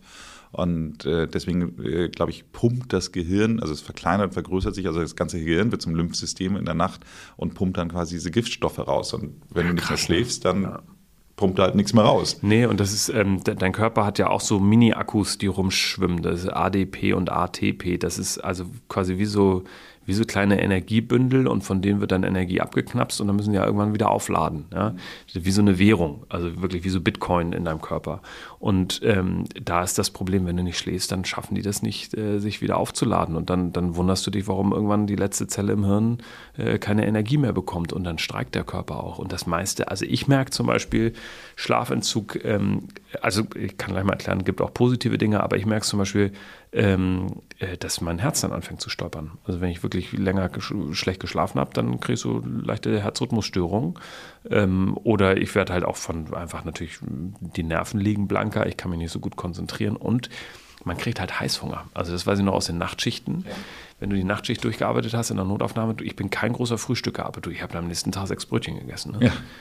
Und äh, deswegen, äh, glaube ich, pumpt das Gehirn, also es verkleinert und vergrößert sich, also das ganze Gehirn wird zum Lymphsystem in der Nacht und pumpt dann quasi diese Giftstoffe raus. Und wenn du nicht mehr schläfst, dann ja. pumpt halt nichts mehr raus. Nee, und das ist, ähm, dein Körper hat ja auch so Mini-Akkus, die rumschwimmen. Das ist A D P und A T P. Das ist also quasi wie so, wie so kleine Energiebündel und von denen wird dann Energie abgeknapst und dann müssen die ja irgendwann wieder aufladen. Ja? Wie so eine Währung, also wirklich wie so Bitcoin in deinem Körper. Und ähm, da ist das Problem, wenn du nicht schläfst, dann schaffen die das nicht, äh, sich wieder aufzuladen. Und dann, dann wunderst du dich, warum irgendwann die letzte Zelle im Hirn äh, keine Energie mehr bekommt. Und dann streikt der Körper auch. Und das meiste, also ich merke zum Beispiel Schlafentzug, ähm, also ich kann gleich mal erklären, es gibt auch positive Dinge, aber ich merke zum Beispiel, ähm, äh, dass mein Herz dann anfängt zu stolpern. Also wenn ich wirklich länger gesch- schlecht geschlafen habe, dann kriege ich so leichte Herzrhythmusstörungen. Ähm, oder ich werde halt auch von einfach natürlich, die Nerven liegen blanker, ich kann mich nicht so gut konzentrieren und man kriegt halt Heißhunger. Also das weiß ich noch aus den Nachtschichten. Ja. Wenn du die Nachtschicht durchgearbeitet hast in der Notaufnahme, ich bin kein großer Frühstücker, aber du, ich habe am nächsten Tag sechs Brötchen gegessen. Ne? Ja.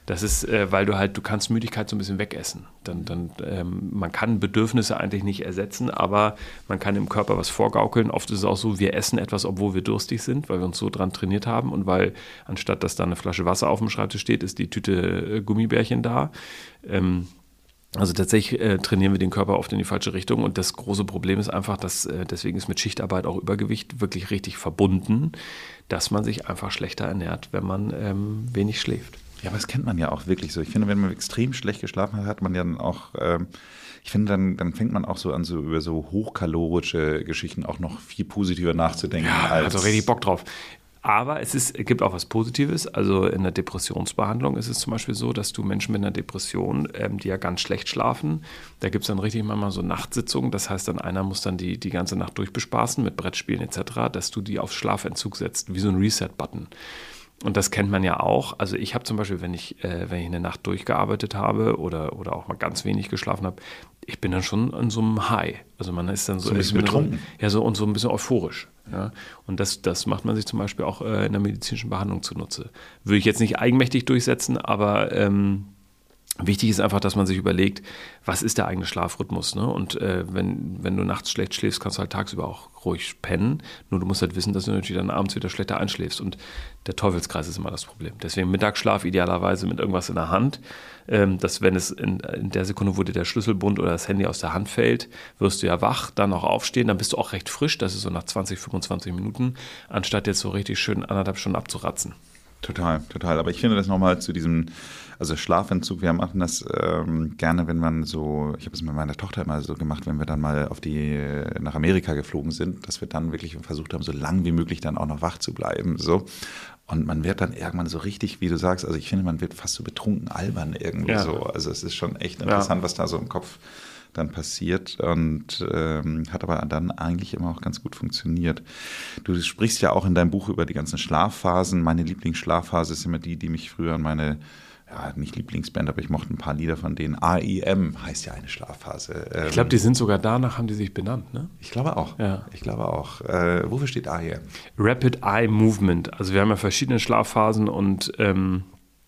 Das ist, äh, weil du halt, du kannst Müdigkeit so ein bisschen wegessen. Dann, dann, ähm, man kann Bedürfnisse eigentlich nicht ersetzen, aber man kann dem Körper was vorgaukeln. Oft ist es auch so, wir essen etwas, obwohl wir durstig sind, weil wir uns so dran trainiert haben und weil anstatt, dass da eine Flasche Wasser auf dem Schreibtisch steht, ist die Tüte äh, Gummibärchen da. Ähm, Also tatsächlich äh, trainieren wir den Körper oft in die falsche Richtung und das große Problem ist einfach, dass äh, deswegen ist mit Schichtarbeit auch Übergewicht wirklich richtig verbunden, dass man sich einfach schlechter ernährt, wenn man ähm, wenig schläft. Ja, aber das kennt man ja auch wirklich so. Ich finde, wenn man extrem schlecht geschlafen hat, hat man ja dann auch, ähm, ich finde, dann, dann fängt man auch so an, so über so hochkalorische Geschichten auch noch viel positiver nachzudenken. Ja, als also richtig Bock drauf. Aber es, ist, es gibt auch was Positives. Also in der Depressionsbehandlung ist es zum Beispiel so, dass du Menschen mit einer Depression, ähm, die ja ganz schlecht schlafen, da gibt es dann richtig manchmal so Nachtsitzungen. Das heißt, dann einer muss dann die, die ganze Nacht durchbespaßen mit Brettspielen et cetera, dass du die auf Schlafentzug setzt, wie so ein Reset-Button. Und das kennt man ja auch. Also ich habe zum Beispiel, wenn ich, äh, wenn ich eine Nacht durchgearbeitet habe oder, oder auch mal ganz wenig geschlafen habe, ich bin dann schon in so einem High. Also man ist dann so, so ein bisschen betrunken. So, ja, so und so ein bisschen euphorisch. Ja. Und das, das macht man sich zum Beispiel auch äh, in der medizinischen Behandlung zunutze. Würde ich jetzt nicht eigenmächtig durchsetzen, aber ähm, wichtig ist einfach, dass man sich überlegt, was ist der eigene Schlafrhythmus, ne? Und äh, wenn, wenn du nachts schlecht schläfst, kannst du halt tagsüber auch ruhig pennen. Nur du musst halt wissen, dass du natürlich dann abends wieder schlechter einschläfst. Und der Teufelskreis ist immer das Problem. Deswegen Mittagsschlaf idealerweise mit irgendwas in der Hand. Ähm, dass wenn es in, in der Sekunde, wo dir der Schlüsselbund oder das Handy aus der Hand fällt, wirst du ja wach, dann noch aufstehen, dann bist du auch recht frisch. Das ist so nach zwanzig, fünfundzwanzig Minuten, anstatt jetzt so richtig schön anderthalb Stunden abzuratzen. Total, total. Aber ich finde das nochmal zu diesem, also Schlafentzug, wir machen das ähm, gerne, wenn man so, ich habe es mit meiner Tochter immer so gemacht, wenn wir dann mal auf die, nach Amerika geflogen sind, dass wir dann wirklich versucht haben, so lang wie möglich dann auch noch wach zu bleiben, so. Und man wird dann irgendwann so richtig, wie du sagst, also ich finde, man wird fast so betrunken albern irgendwie ja. so. Also es ist schon echt interessant, ja. was da so im Kopf dann passiert und ähm, hat aber dann eigentlich immer auch ganz gut funktioniert. Du sprichst ja auch in deinem Buch über die ganzen Schlafphasen. Meine Lieblingsschlafphase ist immer die, die mich früher an meine, ja nicht Lieblingsband, aber ich mochte ein paar Lieder von denen. A E M heißt ja eine Schlafphase. Ähm, ich glaube, die sind sogar danach, haben die sich benannt, ne? Ich glaube auch. Ja. Ich glaube auch. Äh, wofür steht A E M? Rapid Eye Movement. Also wir haben ja verschiedene Schlafphasen und ähm,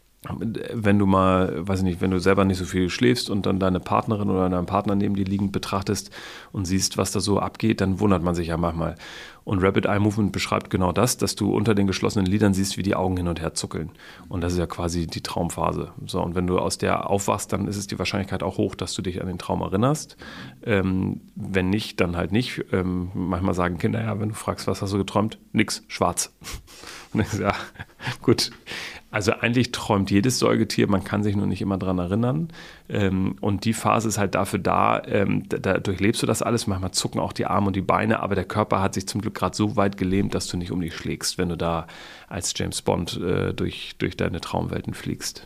wenn du mal, weiß ich nicht, wenn du selber nicht so viel schläfst und dann deine Partnerin oder deinen Partner neben dir liegend betrachtest und siehst, was da so abgeht, dann wundert man sich ja manchmal. Und Rapid Eye Movement beschreibt genau das, dass du unter den geschlossenen Lidern siehst, wie die Augen hin und her zuckeln. Und das ist ja quasi die Traumphase. So, und wenn du aus der aufwachst, dann ist es die Wahrscheinlichkeit auch hoch, dass du dich an den Traum erinnerst. Ähm, wenn nicht, dann halt nicht. Ähm, manchmal sagen Kinder, ja, wenn du fragst, was hast du geträumt? Nix, schwarz. Und ich, ja, gut. Also eigentlich träumt jedes Säugetier, man kann sich nur nicht immer dran erinnern. Ähm, und die Phase ist halt dafür da, ähm, da, da durchlebst du das alles. Manchmal zucken auch die Arme und die Beine, aber der Körper hat sich zum Glück gerade so weit gelähmt, dass du nicht um dich schlägst, wenn du da als James Bond äh, durch, durch deine Traumwelten fliegst.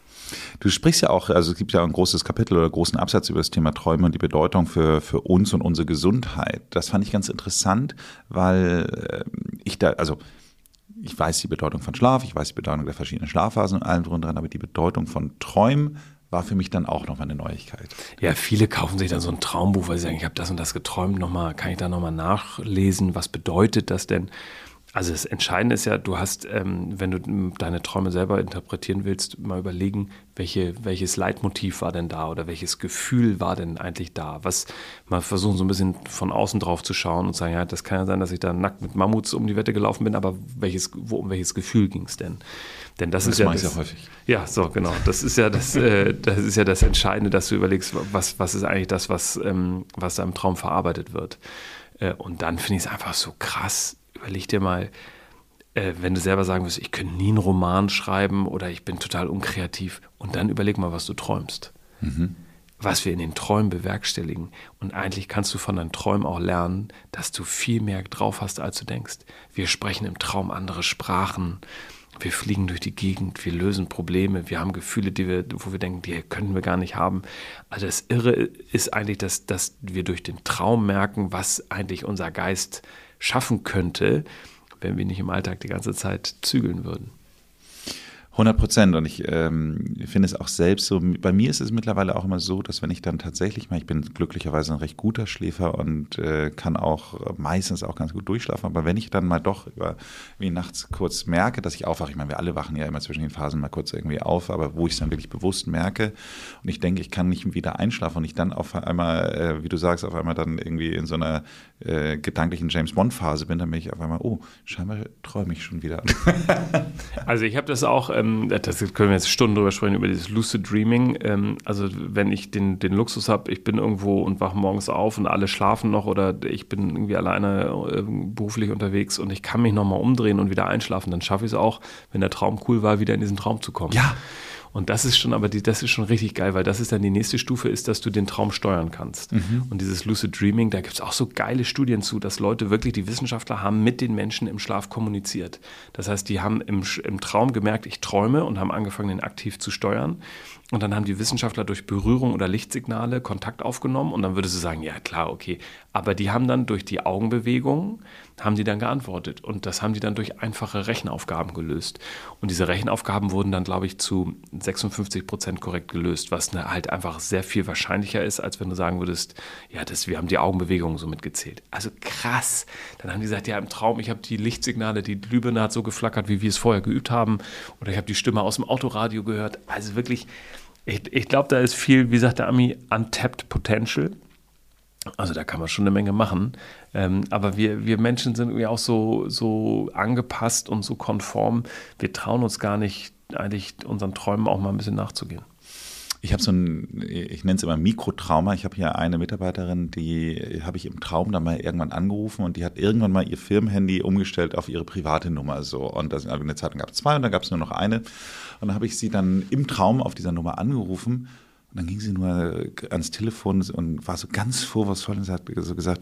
Du sprichst ja auch, also es gibt ja ein großes Kapitel oder großen Absatz über das Thema Träume und die Bedeutung für, für uns und unsere Gesundheit. Das fand ich ganz interessant, weil äh, ich da, also ich weiß die Bedeutung von Schlaf, ich weiß die Bedeutung der verschiedenen Schlafphasen und allem drum und dran, aber die Bedeutung von Träumen war für mich dann auch nochmal eine Neuigkeit. Ja, viele kaufen sich dann so ein Traumbuch, weil sie sagen, ich habe das und das geträumt, nochmal, kann ich da nochmal nachlesen, was bedeutet das denn? Also das Entscheidende ist ja, du hast, ähm, wenn du deine Träume selber interpretieren willst, mal überlegen, welche, welches Leitmotiv war denn da oder welches Gefühl war denn eigentlich da? Was, mal versuchen so ein bisschen von außen drauf zu schauen und sagen, ja, das kann ja sein, dass ich da nackt mit Mammuts um die Wette gelaufen bin, aber welches, wo, um welches Gefühl ging es denn? Denn das, das ist ja das, ja häufig. Ja, so genau. Das ist ja das, äh, das ist ja das Entscheidende, dass du überlegst, was, was ist eigentlich das, was, ähm, was da im Traum verarbeitet wird. Äh, und dann finde ich es einfach so krass. Überleg dir mal, äh, wenn du selber sagen wirst, ich könnte nie einen Roman schreiben oder ich bin total unkreativ und dann überleg mal, was du träumst. Mhm. Was wir in den Träumen bewerkstelligen. Und eigentlich kannst du von deinen Träumen auch lernen, dass du viel mehr drauf hast, als du denkst. Wir sprechen im Traum andere Sprachen, wir fliegen durch die Gegend, wir lösen Probleme, wir haben Gefühle, die wir, wo wir denken, die können wir gar nicht haben. Also das Irre ist eigentlich, dass, dass wir durch den Traum merken, was eigentlich unser Geist schaffen könnte, wenn wir nicht im Alltag die ganze Zeit zügeln würden. hundert Prozent. Und ich ähm, finde es auch selbst so, bei mir ist es mittlerweile auch immer so, dass wenn ich dann tatsächlich mal, ich bin glücklicherweise ein recht guter Schläfer und äh, kann auch meistens auch ganz gut durchschlafen, aber wenn ich dann mal doch über, wie nachts kurz merke, dass ich aufwache, ich meine, wir alle wachen ja immer zwischen den Phasen mal kurz irgendwie auf, aber wo ich es dann wirklich bewusst merke und ich denke, ich kann nicht wieder einschlafen und ich dann auf einmal, äh, wie du sagst, auf einmal dann irgendwie in so einer äh, gedanklichen James-Bond-Phase bin, dann bin ich auf einmal, oh, scheinbar träume ich schon wieder. Also ich habe das auch, ähm, das können wir jetzt Stunden drüber sprechen, über dieses Lucid Dreaming. Ähm, also wenn ich den, den Luxus habe, ich bin irgendwo und wache morgens auf und alle schlafen noch oder ich bin irgendwie alleine äh, beruflich unterwegs und ich kann mich nochmal umdrehen und wieder einschlafen, dann schaffe ich es auch, wenn der Traum cool war, wieder in diesen Traum zu kommen. Ja. Und das ist schon, aber die, das ist schon richtig geil, weil das ist dann die nächste Stufe, ist, dass du den Traum steuern kannst. Mhm. Und dieses Lucid Dreaming, da gibt es auch so geile Studien zu, dass Leute wirklich, die Wissenschaftler haben mit den Menschen im Schlaf kommuniziert. Das heißt, die haben im, im Traum gemerkt, ich träume und haben angefangen, den aktiv zu steuern. Und dann haben die Wissenschaftler durch Berührung oder Lichtsignale Kontakt aufgenommen und dann würdest du sagen, ja klar, okay. Aber die haben dann durch die Augenbewegungen, haben die dann geantwortet. Und das haben die dann durch einfache Rechenaufgaben gelöst. Und diese Rechenaufgaben wurden dann, glaube ich, zu sechsundfünfzig Prozent korrekt gelöst, was ne, halt einfach sehr viel wahrscheinlicher ist, als wenn du sagen würdest, ja, das, wir haben die Augenbewegungen so mitgezählt. Also krass. Dann haben die gesagt, ja, im Traum, ich habe die Lichtsignale, die Glühbirne hat so geflackert, wie wir es vorher geübt haben. Oder ich habe die Stimme aus dem Autoradio gehört. Also wirklich... Ich, ich glaube, da ist viel, wie sagt der Ami, untapped potential. Also da kann man schon eine Menge machen. Ähm, aber wir, wir Menschen sind irgendwie auch so, so angepasst und so konform. Wir trauen uns gar nicht, eigentlich unseren Träumen auch mal ein bisschen nachzugehen. Ich habe so ein, ich nenne es immer Mikrotrauma. Ich habe hier eine Mitarbeiterin, die habe ich im Traum dann mal irgendwann angerufen und die hat irgendwann mal ihr Firmenhandy umgestellt auf ihre private Nummer. So. Und das, eine Zeit gab es zwei und dann gab es nur noch eine. Und dann habe ich sie dann im Traum auf dieser Nummer angerufen und dann ging sie nur ans Telefon und war so ganz vorwurfsvoll und hat so gesagt,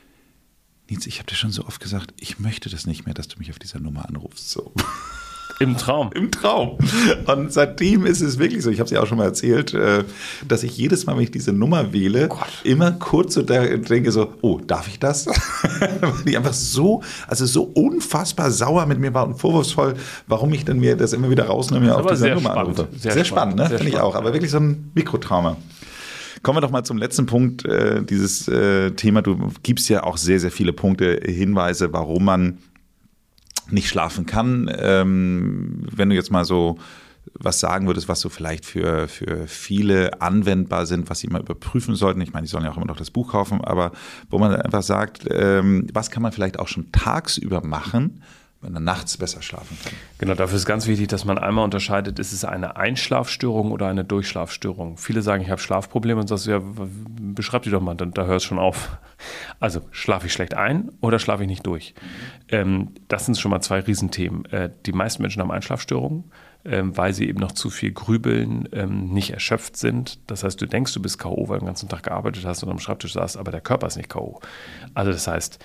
Nils, ich habe dir schon so oft gesagt, ich möchte das nicht mehr, dass du mich auf dieser Nummer anrufst. So. Im Traum. Im Traum. Und seitdem ist es wirklich so, ich habe es ja auch schon mal erzählt, dass ich jedes Mal, wenn ich diese Nummer wähle, oh immer kurz so denke so, oh, darf ich das? Weil die einfach so, also so unfassbar sauer mit mir war und vorwurfsvoll, warum ich dann mir das immer wieder rausnehme und auf dieser Nummer anrufe. Sehr, sehr spannend, ne? Finde ich auch, aber wirklich so ein Mikrotrauma. Kommen wir doch mal zum letzten Punkt, äh, dieses äh, Thema. Du gibst ja auch sehr, sehr viele Punkte, Hinweise, warum man nicht schlafen kann. Ähm, wenn du jetzt mal so was sagen würdest, was so vielleicht für, für viele anwendbar sind, was sie mal überprüfen sollten. Ich meine, die sollen ja auch immer noch das Buch kaufen, aber wo man einfach sagt, ähm, was kann man vielleicht auch schon tagsüber machen, wenn man nachts besser schlafen kann. Genau, dafür ist ganz wichtig, dass man einmal unterscheidet, ist es eine Einschlafstörung oder eine Durchschlafstörung. Viele sagen, ich habe Schlafprobleme und sagst, ja, beschreib die doch mal, dann, da hör es schon auf. Also schlafe ich schlecht ein oder schlafe ich nicht durch? Ähm, das sind schon mal zwei Riesenthemen. Äh, die meisten Menschen haben Einschlafstörungen, ähm, weil sie eben noch zu viel grübeln, ähm, nicht erschöpft sind. Das heißt, du denkst, du bist K O, weil du den ganzen Tag gearbeitet hast und am Schreibtisch saßt, aber der Körper ist nicht K O. Also das heißt,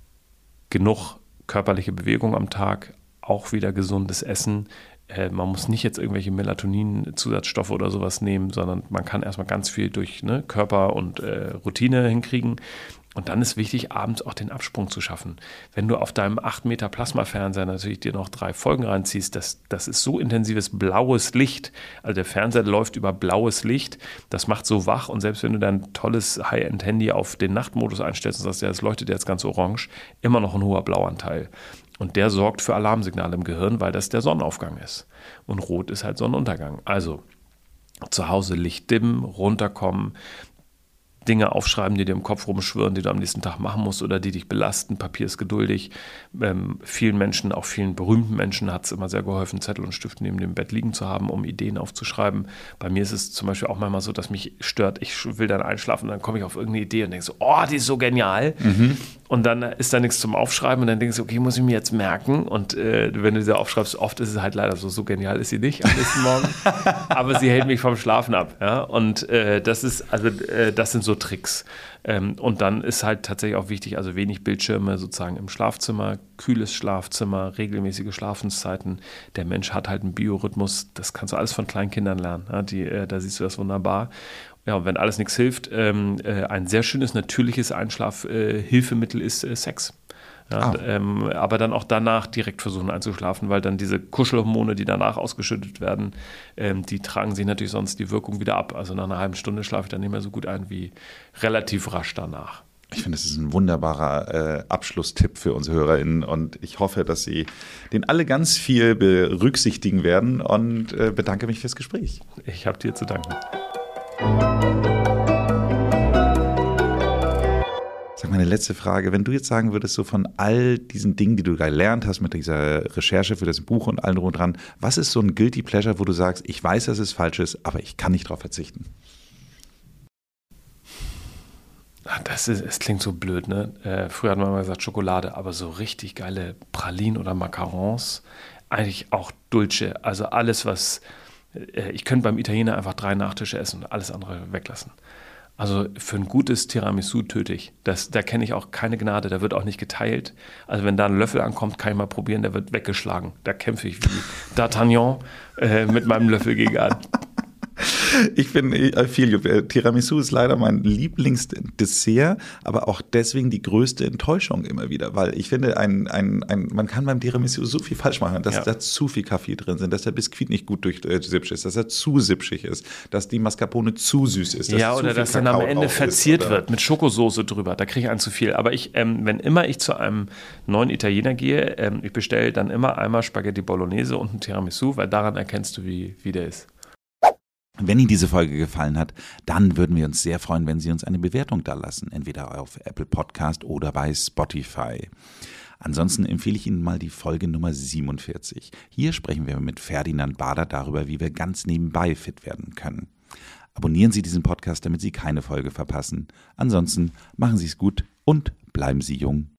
genug körperliche Bewegung am Tag, auch wieder gesundes Essen. Äh, man muss nicht jetzt irgendwelche Melatonin-Zusatzstoffe oder sowas nehmen, sondern man kann erstmal ganz viel durch ne, Körper und äh, Routine hinkriegen. Und dann ist wichtig, abends auch den Absprung zu schaffen. Wenn du auf deinem acht Meter Plasmafernseher natürlich dir noch drei Folgen reinziehst, das, das ist so intensives blaues Licht. Also der Fernseher läuft über blaues Licht. Das macht so wach. Und selbst wenn du dein tolles High-End-Handy auf den Nachtmodus einstellst und sagst, ja, das leuchtet jetzt ganz orange, immer noch ein hoher Blauanteil. Und der sorgt für Alarmsignale im Gehirn, weil das der Sonnenaufgang ist. Und rot ist halt Sonnenuntergang. Also zu Hause Licht dimmen, runterkommen, Dinge aufschreiben, die dir im Kopf rumschwirren, die du am nächsten Tag machen musst oder die dich belasten. Papier ist geduldig. Ähm, vielen Menschen, auch vielen berühmten Menschen, hat es immer sehr geholfen, Zettel und Stift neben dem Bett liegen zu haben, um Ideen aufzuschreiben. Bei mir ist es zum Beispiel auch manchmal so, dass mich stört, ich will dann einschlafen und dann komme ich auf irgendeine Idee und denke so, oh, die ist so genial. Mhm. Und dann ist da nichts zum Aufschreiben und dann denkst du, okay, muss ich mir jetzt merken. Und äh, wenn du sie aufschreibst, oft ist es halt leider so, so genial ist sie nicht am nächsten Morgen. Aber sie hält mich vom Schlafen ab. Ja? Und äh, das ist, also äh, das sind so Tricks. Ähm, und dann ist halt tatsächlich auch wichtig, also wenig Bildschirme sozusagen im Schlafzimmer, kühles Schlafzimmer, regelmäßige Schlafenszeiten. Der Mensch hat halt einen Biorhythmus, das kannst du alles von kleinen Kindern lernen. Ja? Die, äh, da siehst du das wunderbar. Ja, und wenn alles nichts hilft, ähm, äh, ein sehr schönes, natürliches Einschlafhilfemittel äh, ist äh, Sex. Ja, Ah. ähm, aber dann auch danach direkt versuchen einzuschlafen, weil dann diese Kuschelhormone, die danach ausgeschüttet werden, ähm, die tragen sich natürlich sonst die Wirkung wieder ab. Also nach einer halben Stunde schlafe ich dann nicht mehr so gut ein wie relativ rasch danach. Ich finde, das ist ein wunderbarer äh, Abschlusstipp für unsere HörerInnen und ich hoffe, dass Sie den alle ganz viel berücksichtigen werden und äh, bedanke mich fürs Gespräch. Ich habe dir zu danken. Sag mal, eine letzte Frage. Wenn du jetzt sagen würdest, so von all diesen Dingen, die du gelernt hast mit dieser Recherche für das Buch und allem drum und dran, was ist so ein Guilty Pleasure, wo du sagst, ich weiß, dass es falsch ist, aber ich kann nicht drauf verzichten? Das ist, es klingt so blöd, ne? Äh, früher hat man immer gesagt Schokolade, aber so richtig geile Pralinen oder Macarons, eigentlich auch Dulce. Also alles, was, äh, ich könnte beim Italiener einfach drei Nachtische essen und alles andere weglassen. Also für ein gutes Tiramisu töte ich. Das, da kenne ich auch keine Gnade, da wird auch nicht geteilt. Also wenn da ein Löffel ankommt, kann ich mal probieren, der wird weggeschlagen. Da kämpfe ich wie D'Artagnan äh, mit meinem Löffel gegen an. Ich bin viel. Tiramisu ist leider mein Lieblingsdessert, aber auch deswegen die größte Enttäuschung immer wieder, weil ich finde, ein, ein, ein, man kann beim Tiramisu so viel falsch machen, dass ja. da zu viel Kaffee drin sind, dass der Biskuit nicht gut durchsipscht ist, dass er zu sipschig ist, dass die Mascarpone zu süß ist. Dass ja, oder dass dann am Ende verziert ist, wird mit Schokosoße drüber. Da kriege ich einen zu viel. Aber ich, ähm, wenn immer ich zu einem neuen Italiener gehe, ähm, ich bestelle dann immer einmal Spaghetti Bolognese und ein Tiramisu, weil daran erkennst du, wie, wie der ist. Wenn Ihnen diese Folge gefallen hat, dann würden wir uns sehr freuen, wenn Sie uns eine Bewertung da lassen, entweder auf Apple Podcast oder bei Spotify. Ansonsten empfehle ich Ihnen mal die Folge Nummer siebenundvierzig. Hier sprechen wir mit Ferdinand Bader darüber, wie wir ganz nebenbei fit werden können. Abonnieren Sie diesen Podcast, damit Sie keine Folge verpassen. Ansonsten machen Sie es gut und bleiben Sie jung.